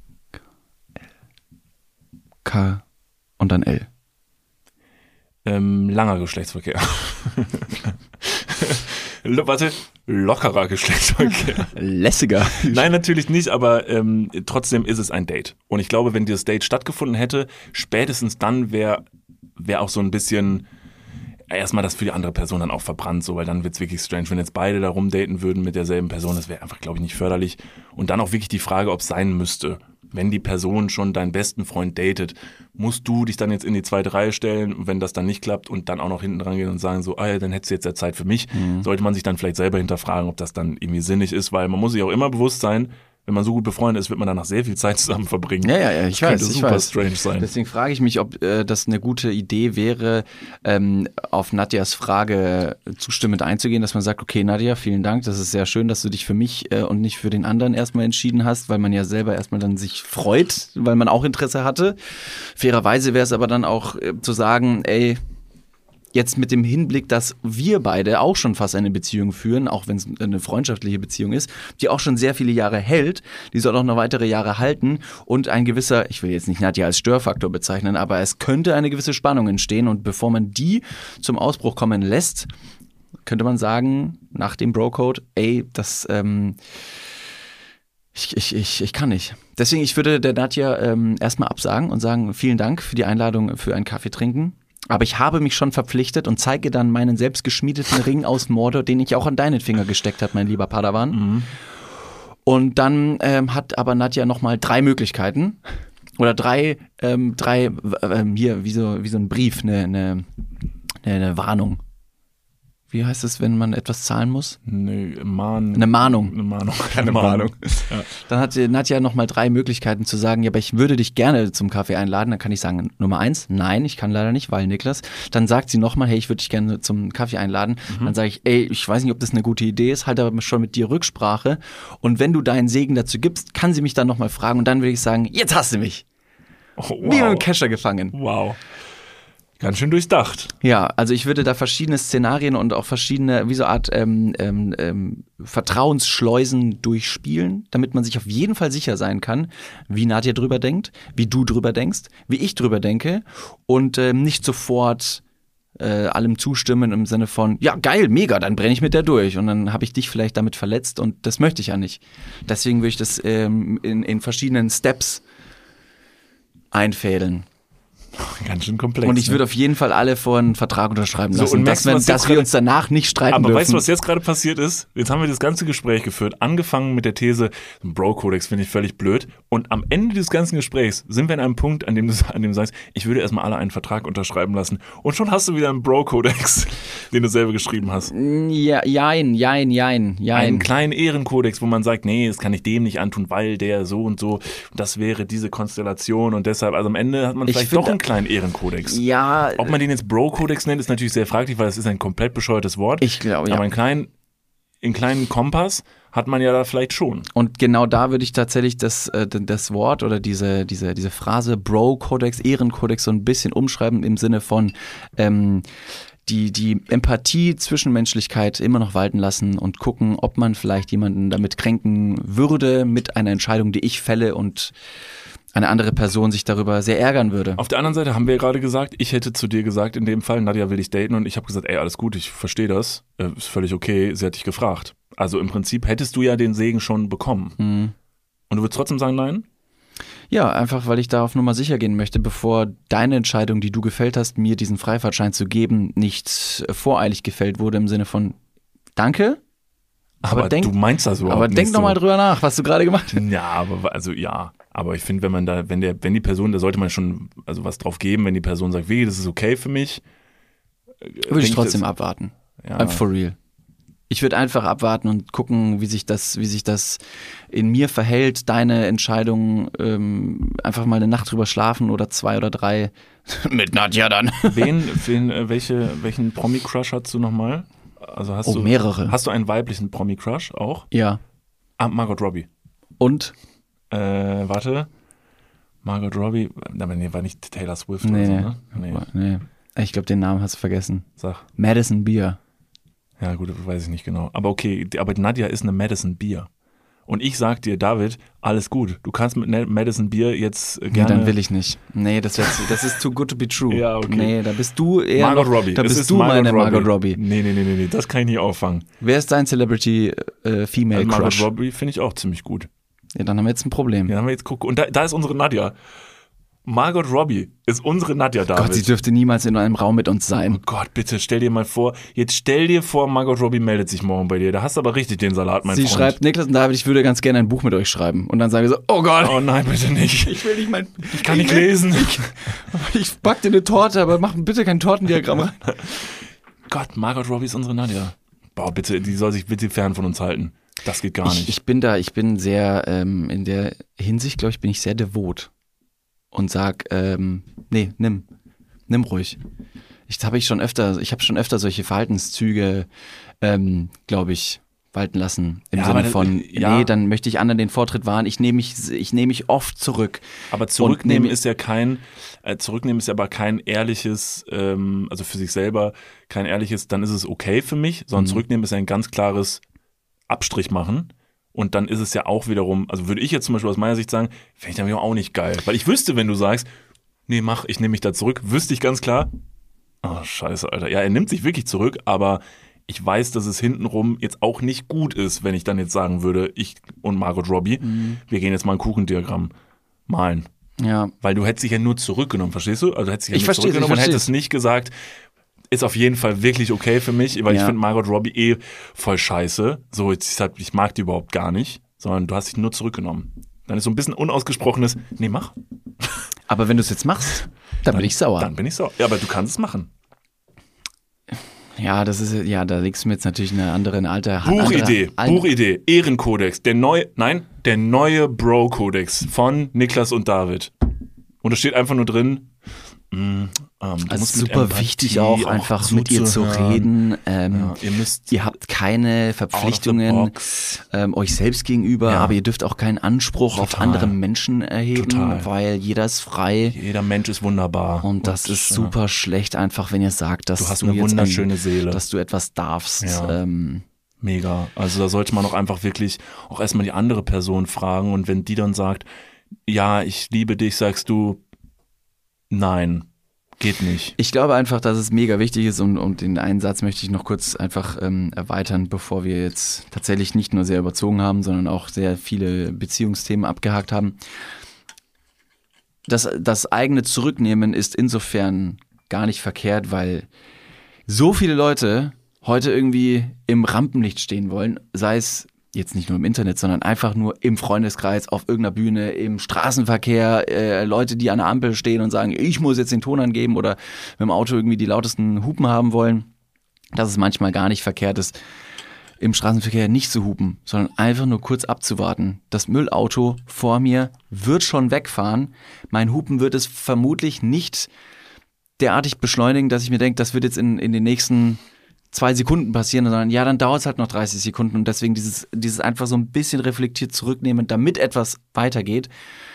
K und dann L. Langer Geschlechtsverkehr. Warte, lockerer Geschlechtsverkehr. Lässiger. Nein, natürlich nicht, aber trotzdem ist es ein Date. Und ich glaube, wenn dieses Date stattgefunden hätte, spätestens dann wäre auch so ein bisschen erstmal das für die andere Person dann auch verbrannt, so, weil dann wird's wirklich strange, wenn jetzt beide da rumdaten würden mit derselben Person, das wäre einfach, glaube ich, nicht förderlich. Und dann auch wirklich die Frage, ob es sein müsste. wenn die Person schon deinen besten Freund datet, musst du dich dann jetzt in die zweite Reihe stellen, wenn das dann nicht klappt und dann auch noch hinten rangehen und sagen so, ja, dann hättest du jetzt ja Zeit für mich, sollte man sich dann vielleicht selber hinterfragen, ob das dann irgendwie sinnig ist, weil man muss sich auch immer bewusst sein, wenn man so gut befreundet ist, wird man danach sehr viel Zeit zusammen verbringen. Ja, ich weiß. Das könnte super strange sein. Deswegen frage ich mich, ob das eine gute Idee wäre, auf Nadjas Frage zustimmend einzugehen, dass man sagt, okay, Nadja, vielen Dank, das ist sehr schön, dass du dich für mich und nicht für den anderen erstmal entschieden hast, weil man ja selber erstmal dann sich freut, weil man auch Interesse hatte. Fairerweise wäre es aber dann auch zu sagen, ey, jetzt mit dem Hinblick, dass wir beide auch schon fast eine Beziehung führen, auch wenn es eine freundschaftliche Beziehung ist, die auch schon sehr viele Jahre hält, die soll auch noch weitere Jahre halten und ein gewisser, ich will jetzt nicht Nadja als Störfaktor bezeichnen, aber es könnte eine gewisse Spannung entstehen und bevor man die zum Ausbruch kommen lässt, könnte man sagen, nach dem Bro-Code, ey, das, ich kann nicht. Deswegen, ich würde der Nadja erstmal absagen und sagen, vielen Dank für die Einladung für einen Kaffee trinken. Aber ich habe mich schon verpflichtet und zeige dann meinen selbstgeschmiedeten Ring aus Mordor, den ich auch an deinen Finger gesteckt habe, mein lieber Padawan. Mhm. Und dann hat aber Nadja nochmal 3 Möglichkeiten. Oder drei hier, wie so ein Brief, eine Warnung. Wie heißt es, wenn man etwas zahlen muss? Eine Mahnung. Eine Mahnung. Ja. Dann hat Nadja nochmal 3 Möglichkeiten zu sagen, ja, aber ich würde dich gerne zum Kaffee einladen. Dann kann ich sagen, Nummer 1, nein, ich kann leider nicht, weil Niklas. Dann sagt sie nochmal, hey, ich würde dich gerne zum Kaffee einladen. Dann sage ich, ey, ich weiß nicht, ob das eine gute Idee ist, halte aber schon mit dir Rücksprache. Und wenn du deinen Segen dazu gibst, kann sie mich dann nochmal fragen. Und dann würde ich sagen, jetzt hast du mich. Oh, wow. Wie im Kescher gefangen. Wow. Ganz schön durchdacht. Ja, also ich würde da verschiedene Szenarien und auch verschiedene, wie so Art Vertrauensschleusen durchspielen, damit man sich auf jeden Fall sicher sein kann, wie Nadja drüber denkt, wie du drüber denkst, wie ich drüber denke und nicht sofort allem zustimmen im Sinne von, ja geil, mega, dann brenne ich mit der durch und dann habe ich dich vielleicht damit verletzt und das möchte ich ja nicht. Deswegen würde ich das in verschiedenen Steps einfädeln. Ganz schön komplex. Und ich würde auf jeden Fall alle vor einen Vertrag unterschreiben lassen, dass wir uns danach nicht streiten dürfen. Aber weißt du, was jetzt gerade passiert ist? Jetzt haben wir das ganze Gespräch geführt, angefangen mit der These, Bro-Kodex finde ich völlig blöd. Und am Ende dieses ganzen Gesprächs sind wir an einem Punkt, an dem du sagst, ich würde erstmal alle einen Vertrag unterschreiben lassen. Und schon hast du wieder einen Bro-Kodex, den du selber geschrieben hast. Ja, jein. Einen kleinen Ehrenkodex, wo man sagt, nee, das kann ich dem nicht antun, weil der so und so, das wäre diese Konstellation und deshalb, also am Ende hat man vielleicht doch einen kleinen Ehrenkodex. Ja. Ob man den jetzt Bro-Kodex nennt, ist natürlich sehr fraglich, weil das ist ein komplett bescheuertes Wort. Ich glaube, ja. Aber einen kleinen Kompass hat man ja da vielleicht schon. Und genau da würde ich tatsächlich das Wort oder diese Phrase Bro-Kodex, Ehrenkodex so ein bisschen umschreiben im Sinne von die Empathie, Zwischenmenschlichkeit immer noch walten lassen und gucken, ob man vielleicht jemanden damit kränken würde mit einer Entscheidung, die ich fälle und eine andere Person sich darüber sehr ärgern würde. Auf der anderen Seite haben wir ja gerade gesagt, ich hätte zu dir gesagt, in dem Fall, Nadja will dich daten und ich habe gesagt, ey, alles gut, ich verstehe das, ist völlig okay, sie hat dich gefragt. Also im Prinzip hättest du ja den Segen schon bekommen. Mhm. Und du würdest trotzdem sagen, nein? Ja, einfach, weil ich da auf Nummer sicher gehen möchte, bevor deine Entscheidung, die du gefällt hast, mir diesen Freifahrtschein zu geben, nicht voreilig gefällt wurde im Sinne von Danke. Aber du meinst das überhaupt nicht. Aber denk so. Nochmal drüber nach, was du gerade gemacht hast. Ja, aber ich finde, wenn die Person, da sollte man schon also was drauf geben, wenn die Person sagt, das ist okay für mich. Würde ich trotzdem abwarten. Ja. For real. Ich würde einfach abwarten und gucken, wie sich das in mir verhält, deine Entscheidung, einfach mal eine Nacht drüber schlafen oder 2 oder 3 mit Nadja dann. Welchen Promi-Crush hast du nochmal? Also hast du mehrere. Hast du einen weiblichen Promi-Crush auch? Ja. Margot Robbie. Und? Warte. Margot Robbie, aber nee, war nicht Taylor Swift oder so, ne? Nee. Ich glaube, den Namen hast du vergessen. Sag. Madison Beer. Ja gut, weiß ich nicht genau. Aber okay, aber Nadja ist eine Madison Beer. Und ich sag dir, David, alles gut. Du kannst mit Madison Beer jetzt gerne... Nee, dann will ich nicht. Nee, das ist too good to be true. Ja, okay. Nee, da bist du eher Margot Robbie. Da bist du meine Margot Robbie. Nee, das kann ich nicht auffangen. Wer ist dein Celebrity Female Crush? Margot Robbie finde ich auch ziemlich gut. Ja, dann haben wir jetzt ein Problem. Ja, haben wir jetzt gucken. Und da ist unsere Nadja. Margot Robbie ist unsere Nadja David. Gott, sie dürfte niemals in einem Raum mit uns sein. Oh Gott, bitte stell dir mal vor, Margot Robbie meldet sich morgen bei dir. Da hast du aber richtig den Salat, mein Sie Freund. schreibt, Niklas und David, ich würde ganz gerne ein Buch mit euch schreiben. Und dann sagen wir so, oh Gott. Oh nein, bitte nicht. Ich will nicht Ich kann nicht lesen. Ich back dir eine Torte, aber mach bitte kein Tortendiagramm rein. Gott, Margot Robbie ist unsere Nadja. Boah, bitte, die soll sich bitte fern von uns halten. Das geht gar nicht. Ich bin sehr, in der Hinsicht, glaube ich, bin ich sehr devot. Und sag, nee, nimm ruhig. Ich habe schon öfter solche Verhaltenszüge, glaube ich, walten lassen. Im Sinne von, nee, dann möchte ich anderen den Vortritt wahren. Ich nehme mich oft zurück. Aber zurücknehmen ist ja aber kein ehrliches, also für sich selber kein ehrliches, dann ist es okay für mich, sondern zurücknehmen ist ja ein ganz klares Abstrich machen. Und dann ist es ja auch wiederum, also würde ich jetzt zum Beispiel aus meiner Sicht sagen, fände ich dann wiederum auch nicht geil. Weil ich wüsste, wenn du sagst, nee, ich nehme mich da zurück, wüsste ich ganz klar, oh scheiße, Alter. Ja, er nimmt sich wirklich zurück, aber ich weiß, dass es hintenrum jetzt auch nicht gut ist, wenn ich dann jetzt sagen würde, ich und Margot Robbie, wir gehen jetzt mal ein Kuchendiagramm malen. Ja. Weil du hättest dich ja nur zurückgenommen, verstehst du? Also du hättest dich ja nur zurückgenommen und hättest nicht gesagt, ist auf jeden Fall wirklich okay für mich, weil ich finde Margot Robbie voll scheiße. So, ich mag die überhaupt gar nicht, sondern du hast dich nur zurückgenommen. Dann ist so ein bisschen unausgesprochenes, nee, mach. Aber wenn du es jetzt machst, dann bin ich sauer. Dann bin ich sauer. Ja, aber du kannst es machen. Ja, da legst du mir jetzt natürlich eine alte Buchidee, Ehrenkodex, der neue Bro-Kodex von Niklas und David. Und da steht einfach nur drin, also super wichtig auch einfach mit ihr zu reden. Ihr habt keine Verpflichtungen euch selbst gegenüber, aber ihr dürft auch keinen Anspruch auf andere Menschen erheben, weil jeder ist frei. Jeder Mensch ist wunderbar. Und das ist super schlecht einfach, wenn ihr sagt, dass du hast eine wunderschöne Seele, dass du etwas darfst. Ja. Mega. Also da sollte man auch einfach wirklich auch erstmal die andere Person fragen und wenn die dann sagt, ja, ich liebe dich, sagst du, nein, geht nicht. Ich glaube einfach, dass es mega wichtig ist und den einen Satz möchte ich noch kurz einfach erweitern, bevor wir jetzt tatsächlich nicht nur sehr überzogen haben, sondern auch sehr viele Beziehungsthemen abgehakt haben. Das eigene Zurücknehmen ist insofern gar nicht verkehrt, weil so viele Leute heute irgendwie im Rampenlicht stehen wollen, sei es jetzt nicht nur im Internet, sondern einfach nur im Freundeskreis, auf irgendeiner Bühne, im Straßenverkehr, Leute, die an der Ampel stehen und sagen, ich muss jetzt den Ton angeben oder mit dem Auto irgendwie die lautesten Hupen haben wollen, dass es manchmal gar nicht verkehrt ist, im Straßenverkehr nicht zu hupen, sondern einfach nur kurz abzuwarten. Das Müllauto vor mir wird schon wegfahren, mein Hupen wird es vermutlich nicht derartig beschleunigen, dass ich mir denke, das wird jetzt in den nächsten 2 Sekunden passieren, sondern ja, dann dauert es halt noch 30 Sekunden und deswegen dieses einfach so ein bisschen reflektiert zurücknehmen, damit etwas weitergeht,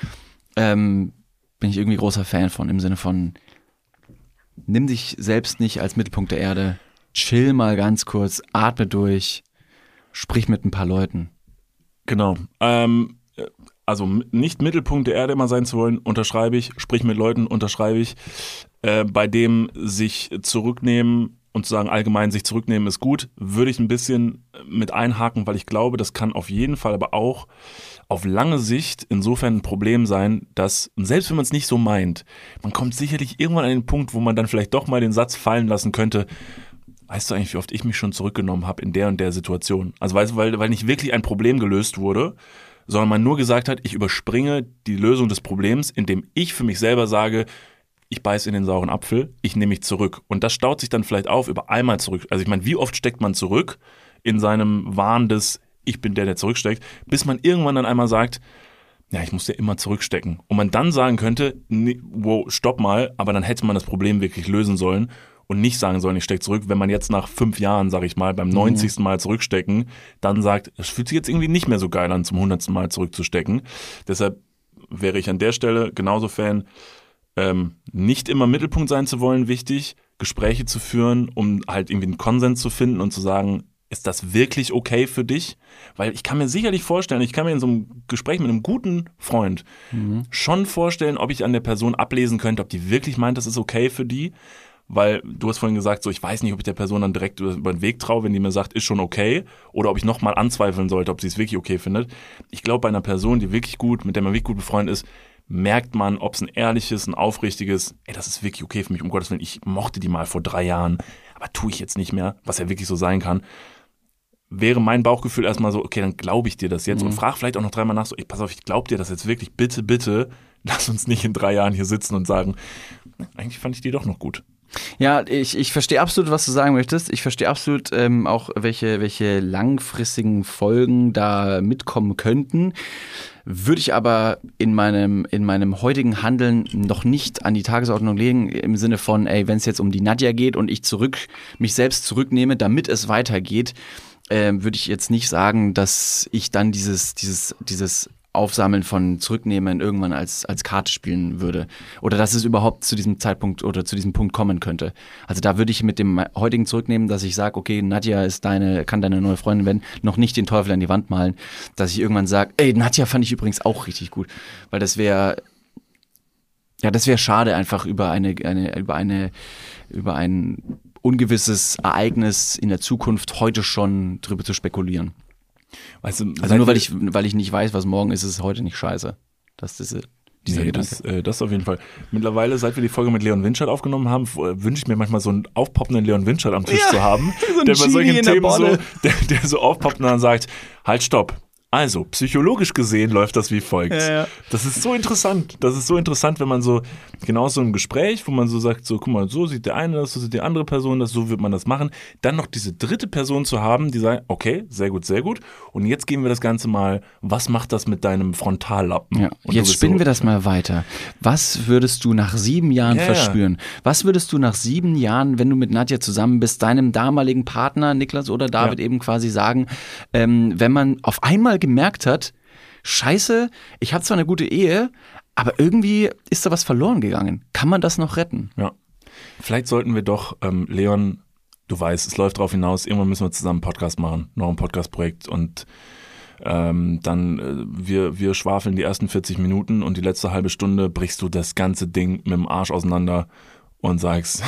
bin ich irgendwie großer Fan von, im Sinne von nimm dich selbst nicht als Mittelpunkt der Erde, chill mal ganz kurz, atme durch, sprich mit ein paar Leuten. Genau, also nicht Mittelpunkt der Erde immer sein zu wollen, unterschreibe ich, sprich mit Leuten, unterschreibe ich, bei dem sich zurücknehmen und zu sagen, allgemein sich zurücknehmen ist gut, würde ich ein bisschen mit einhaken, weil ich glaube, das kann auf jeden Fall aber auch auf lange Sicht insofern ein Problem sein, dass, und selbst wenn man es nicht so meint, man kommt sicherlich irgendwann an den Punkt, wo man dann vielleicht doch mal den Satz fallen lassen könnte, weißt du eigentlich, wie oft ich mich schon zurückgenommen habe in der und der Situation? Also weißt du, weil nicht wirklich ein Problem gelöst wurde, sondern man nur gesagt hat, ich überspringe die Lösung des Problems, indem ich für mich selber sage, ich beiß in den sauren Apfel, ich nehme mich zurück. Und das staut sich dann vielleicht auf über einmal zurück. Also ich meine, wie oft steckt man zurück in seinem Wahn des, ich bin der zurücksteckt, bis man irgendwann dann einmal sagt, ja, ich muss ja immer zurückstecken. Und man dann sagen könnte, nee, wow, stopp mal, aber dann hätte man das Problem wirklich lösen sollen und nicht sagen sollen, ich stecke zurück. Wenn man jetzt nach 5 Jahren, sag ich mal, beim 90. Mal zurückstecken, dann sagt, es fühlt sich jetzt irgendwie nicht mehr so geil an, zum 100. Mal zurückzustecken. Deshalb wäre ich an der Stelle genauso Fan, nicht immer Mittelpunkt sein zu wollen, wichtig, Gespräche zu führen, um halt irgendwie einen Konsens zu finden und zu sagen, ist das wirklich okay für dich? Weil ich kann mir sicherlich vorstellen, ich kann mir in so einem Gespräch mit einem guten Freund schon vorstellen, ob ich an der Person ablesen könnte, ob die wirklich meint, das ist okay für die. Weil du hast vorhin gesagt, so ich weiß nicht, ob ich der Person dann direkt über den Weg traue, wenn die mir sagt, ist schon okay, oder ob ich nochmal anzweifeln sollte, ob sie es wirklich okay findet. Ich glaube, bei einer Person, die wirklich gut, mit der man wirklich gut befreundet ist, merkt man, ob es ein ehrliches, ein aufrichtiges, das ist wirklich okay für mich, um Gottes Willen, ich mochte die mal vor 3 Jahren, aber tue ich jetzt nicht mehr, was ja wirklich so sein kann, wäre mein Bauchgefühl erstmal so, okay, dann glaube ich dir das jetzt und frag vielleicht auch noch 3-mal nach, so, pass auf, ich glaube dir das jetzt wirklich, bitte, bitte, lass uns nicht in 3 Jahren hier sitzen und sagen, eigentlich fand ich die doch noch gut. Ja, ich verstehe absolut, was du sagen möchtest. Ich verstehe absolut auch, welche langfristigen Folgen da mitkommen könnten. Würde ich aber in meinem heutigen Handeln noch nicht an die Tagesordnung legen, im Sinne von, wenn es jetzt um die Nadja geht und ich mich selbst zurücknehme, damit es weitergeht, würde ich jetzt nicht sagen, dass ich dann dieses Aufsammeln von Zurücknehmen irgendwann als Karte spielen würde. Oder dass es überhaupt zu diesem Zeitpunkt oder zu diesem Punkt kommen könnte. Also da würde ich mit dem heutigen Zurücknehmen, dass ich sage, okay, Nadja kann deine neue Freundin werden, noch nicht den Teufel an die Wand malen, dass ich irgendwann sage, Nadja fand ich übrigens auch richtig gut. Weil das wäre schade, einfach über ein ungewisses Ereignis in der Zukunft heute schon drüber zu spekulieren. Weißt du, also nur weil ich nicht weiß, was morgen ist, ist es heute nicht scheiße. Das ist dieser Gedanke. Das auf jeden Fall. Mittlerweile, seit wir die Folge mit Leon Winscheid aufgenommen haben, wünsche ich mir manchmal so einen aufpoppenden Leon Winscheid am Tisch zu haben, so der bei solchen Themen der so aufpoppt und dann sagt, halt, stopp. Also, psychologisch gesehen läuft das wie folgt. Ja. Das ist so interessant. Das ist so interessant, wenn man so, genau so im Gespräch, wo man so sagt, so, guck mal, so sieht der eine das, so sieht die andere Person das, so wird man das machen. Dann noch diese dritte Person zu haben, die sagt, okay, sehr gut, sehr gut. Und jetzt gehen wir das Ganze mal, was macht das mit deinem Frontallappen? Ja. Jetzt spinnen wir das mal weiter. Was würdest du nach 7 Jahren verspüren? Was würdest du nach 7 Jahren, wenn du mit Nadja zusammen bist, deinem damaligen Partner, Niklas oder David eben quasi sagen, wenn man auf einmal gemerkt hat, scheiße, ich habe zwar eine gute Ehe, aber irgendwie ist da was verloren gegangen. Kann man das noch retten? Ja. Vielleicht sollten wir doch, Leon, du weißt, es läuft darauf hinaus, irgendwann müssen wir zusammen einen Podcast machen, noch ein Podcast-Projekt und dann wir schwafeln die ersten 40 Minuten und die letzte halbe Stunde brichst du das ganze Ding mit dem Arsch auseinander und sagst,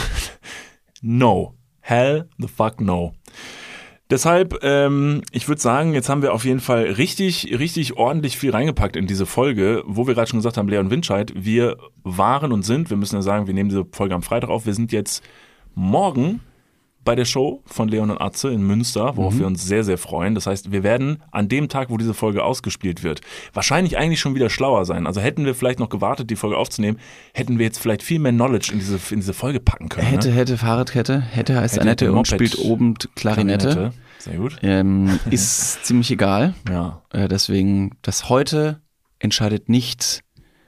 no, hell the fuck no. Deshalb, ich würde sagen, jetzt haben wir auf jeden Fall richtig ordentlich viel reingepackt in diese Folge, wo wir gerade schon gesagt haben, Leon Winscheid, wir waren und sind, wir müssen ja sagen, wir nehmen diese Folge am Freitag auf, wir sind jetzt morgen bei der Show von Leon und Atze in Münster, worauf wir uns sehr, sehr freuen. Das heißt, wir werden an dem Tag, wo diese Folge ausgespielt wird, wahrscheinlich eigentlich schon wieder schlauer sein. Also hätten wir vielleicht noch gewartet, die Folge aufzunehmen, hätten wir jetzt vielleicht viel mehr Knowledge in diese Folge packen können. Hätte, Fahrradkette. Hätte heißt Annette und spielt oben Klarinette. Sehr gut. Ist ziemlich egal. Ja. Deswegen, das heute entscheidet nicht,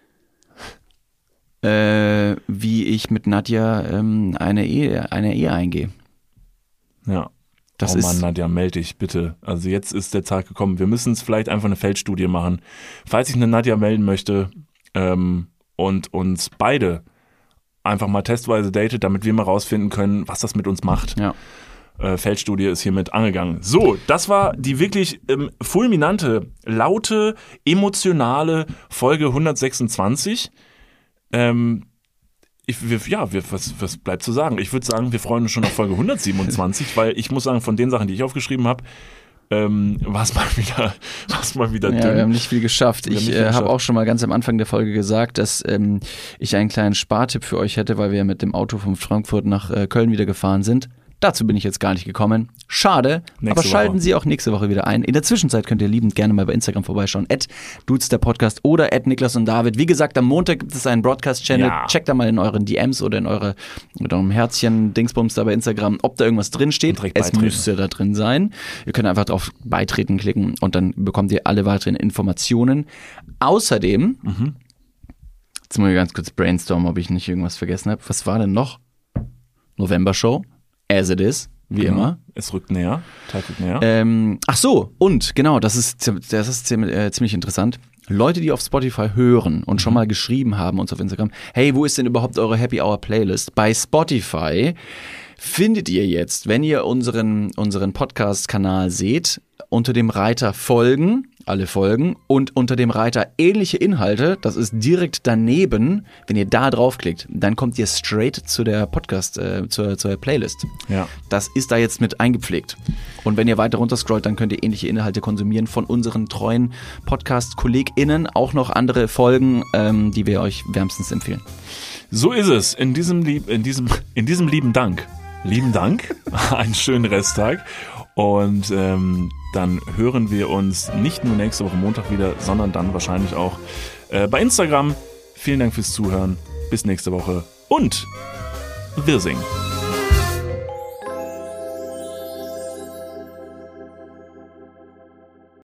wie ich mit Nadja eine Ehe eingehe. Ja. Oh Mann, Nadja, melde dich bitte. Also jetzt ist der Tag gekommen. Wir müssen es vielleicht einfach eine Feldstudie machen. Falls ich eine Nadja melden möchte und uns beide einfach mal testweise datet, damit wir mal rausfinden können, was das mit uns macht. Ja. Feldstudie ist hiermit angegangen. So, das war die wirklich fulminante, laute, emotionale Folge 126. Was bleibt zu sagen? Ich würde sagen, wir freuen uns schon auf Folge 127, weil ich muss sagen, von den Sachen, die ich aufgeschrieben habe, war es mal wieder dünn. Ja, wir haben nicht viel geschafft. Ich habe auch schon mal ganz am Anfang der Folge gesagt, dass ich einen kleinen Spartipp für euch hätte, weil wir mit dem Auto von Frankfurt nach Köln wieder gefahren sind. Dazu bin ich jetzt gar nicht gekommen. Schade, aber schalten Sie auch nächste Woche wieder ein. In der Zwischenzeit könnt ihr liebend gerne mal bei Instagram vorbeischauen. @Dudes der Podcast oder @Niklas und David. Wie gesagt, am Montag gibt es einen Broadcast-Channel. Ja. Checkt da mal in euren DMs oder in eurem Herzchen-Dingsbums da bei Instagram, ob da irgendwas drin steht. Es müsste da drin sein. Ihr könnt einfach drauf Beitreten klicken und dann bekommt ihr alle weiteren Informationen. Außerdem, jetzt muss ich ganz kurz brainstormen, ob ich nicht irgendwas vergessen habe. Was war denn noch? November-Show. As it is, wie immer. Es rückt näher, Tag rückt näher. Ach so, und genau, das ist ziemlich interessant. Leute, die auf Spotify hören und schon mal geschrieben haben uns auf Instagram, hey, wo ist denn überhaupt eure Happy Hour Playlist? Bei Spotify findet ihr jetzt, wenn ihr unseren Podcast-Kanal seht, unter dem Reiter Folgen, alle Folgen, und unter dem Reiter ähnliche Inhalte, das ist direkt daneben, wenn ihr da draufklickt, dann kommt ihr straight zu der Podcast, zur Playlist. Ja. Das ist da jetzt mit eingepflegt. Und wenn ihr weiter runter scrollt, dann könnt ihr ähnliche Inhalte konsumieren von unseren treuen Podcast-KollegInnen, auch noch andere Folgen, die wir euch wärmstens empfehlen. So ist es. In diesem lieben Dank. Lieben Dank. Einen schönen Resttag. Und dann hören wir uns nicht nur nächste Woche Montag wieder, sondern dann wahrscheinlich auch bei Instagram. Vielen Dank fürs Zuhören. Bis nächste Woche und wir singen.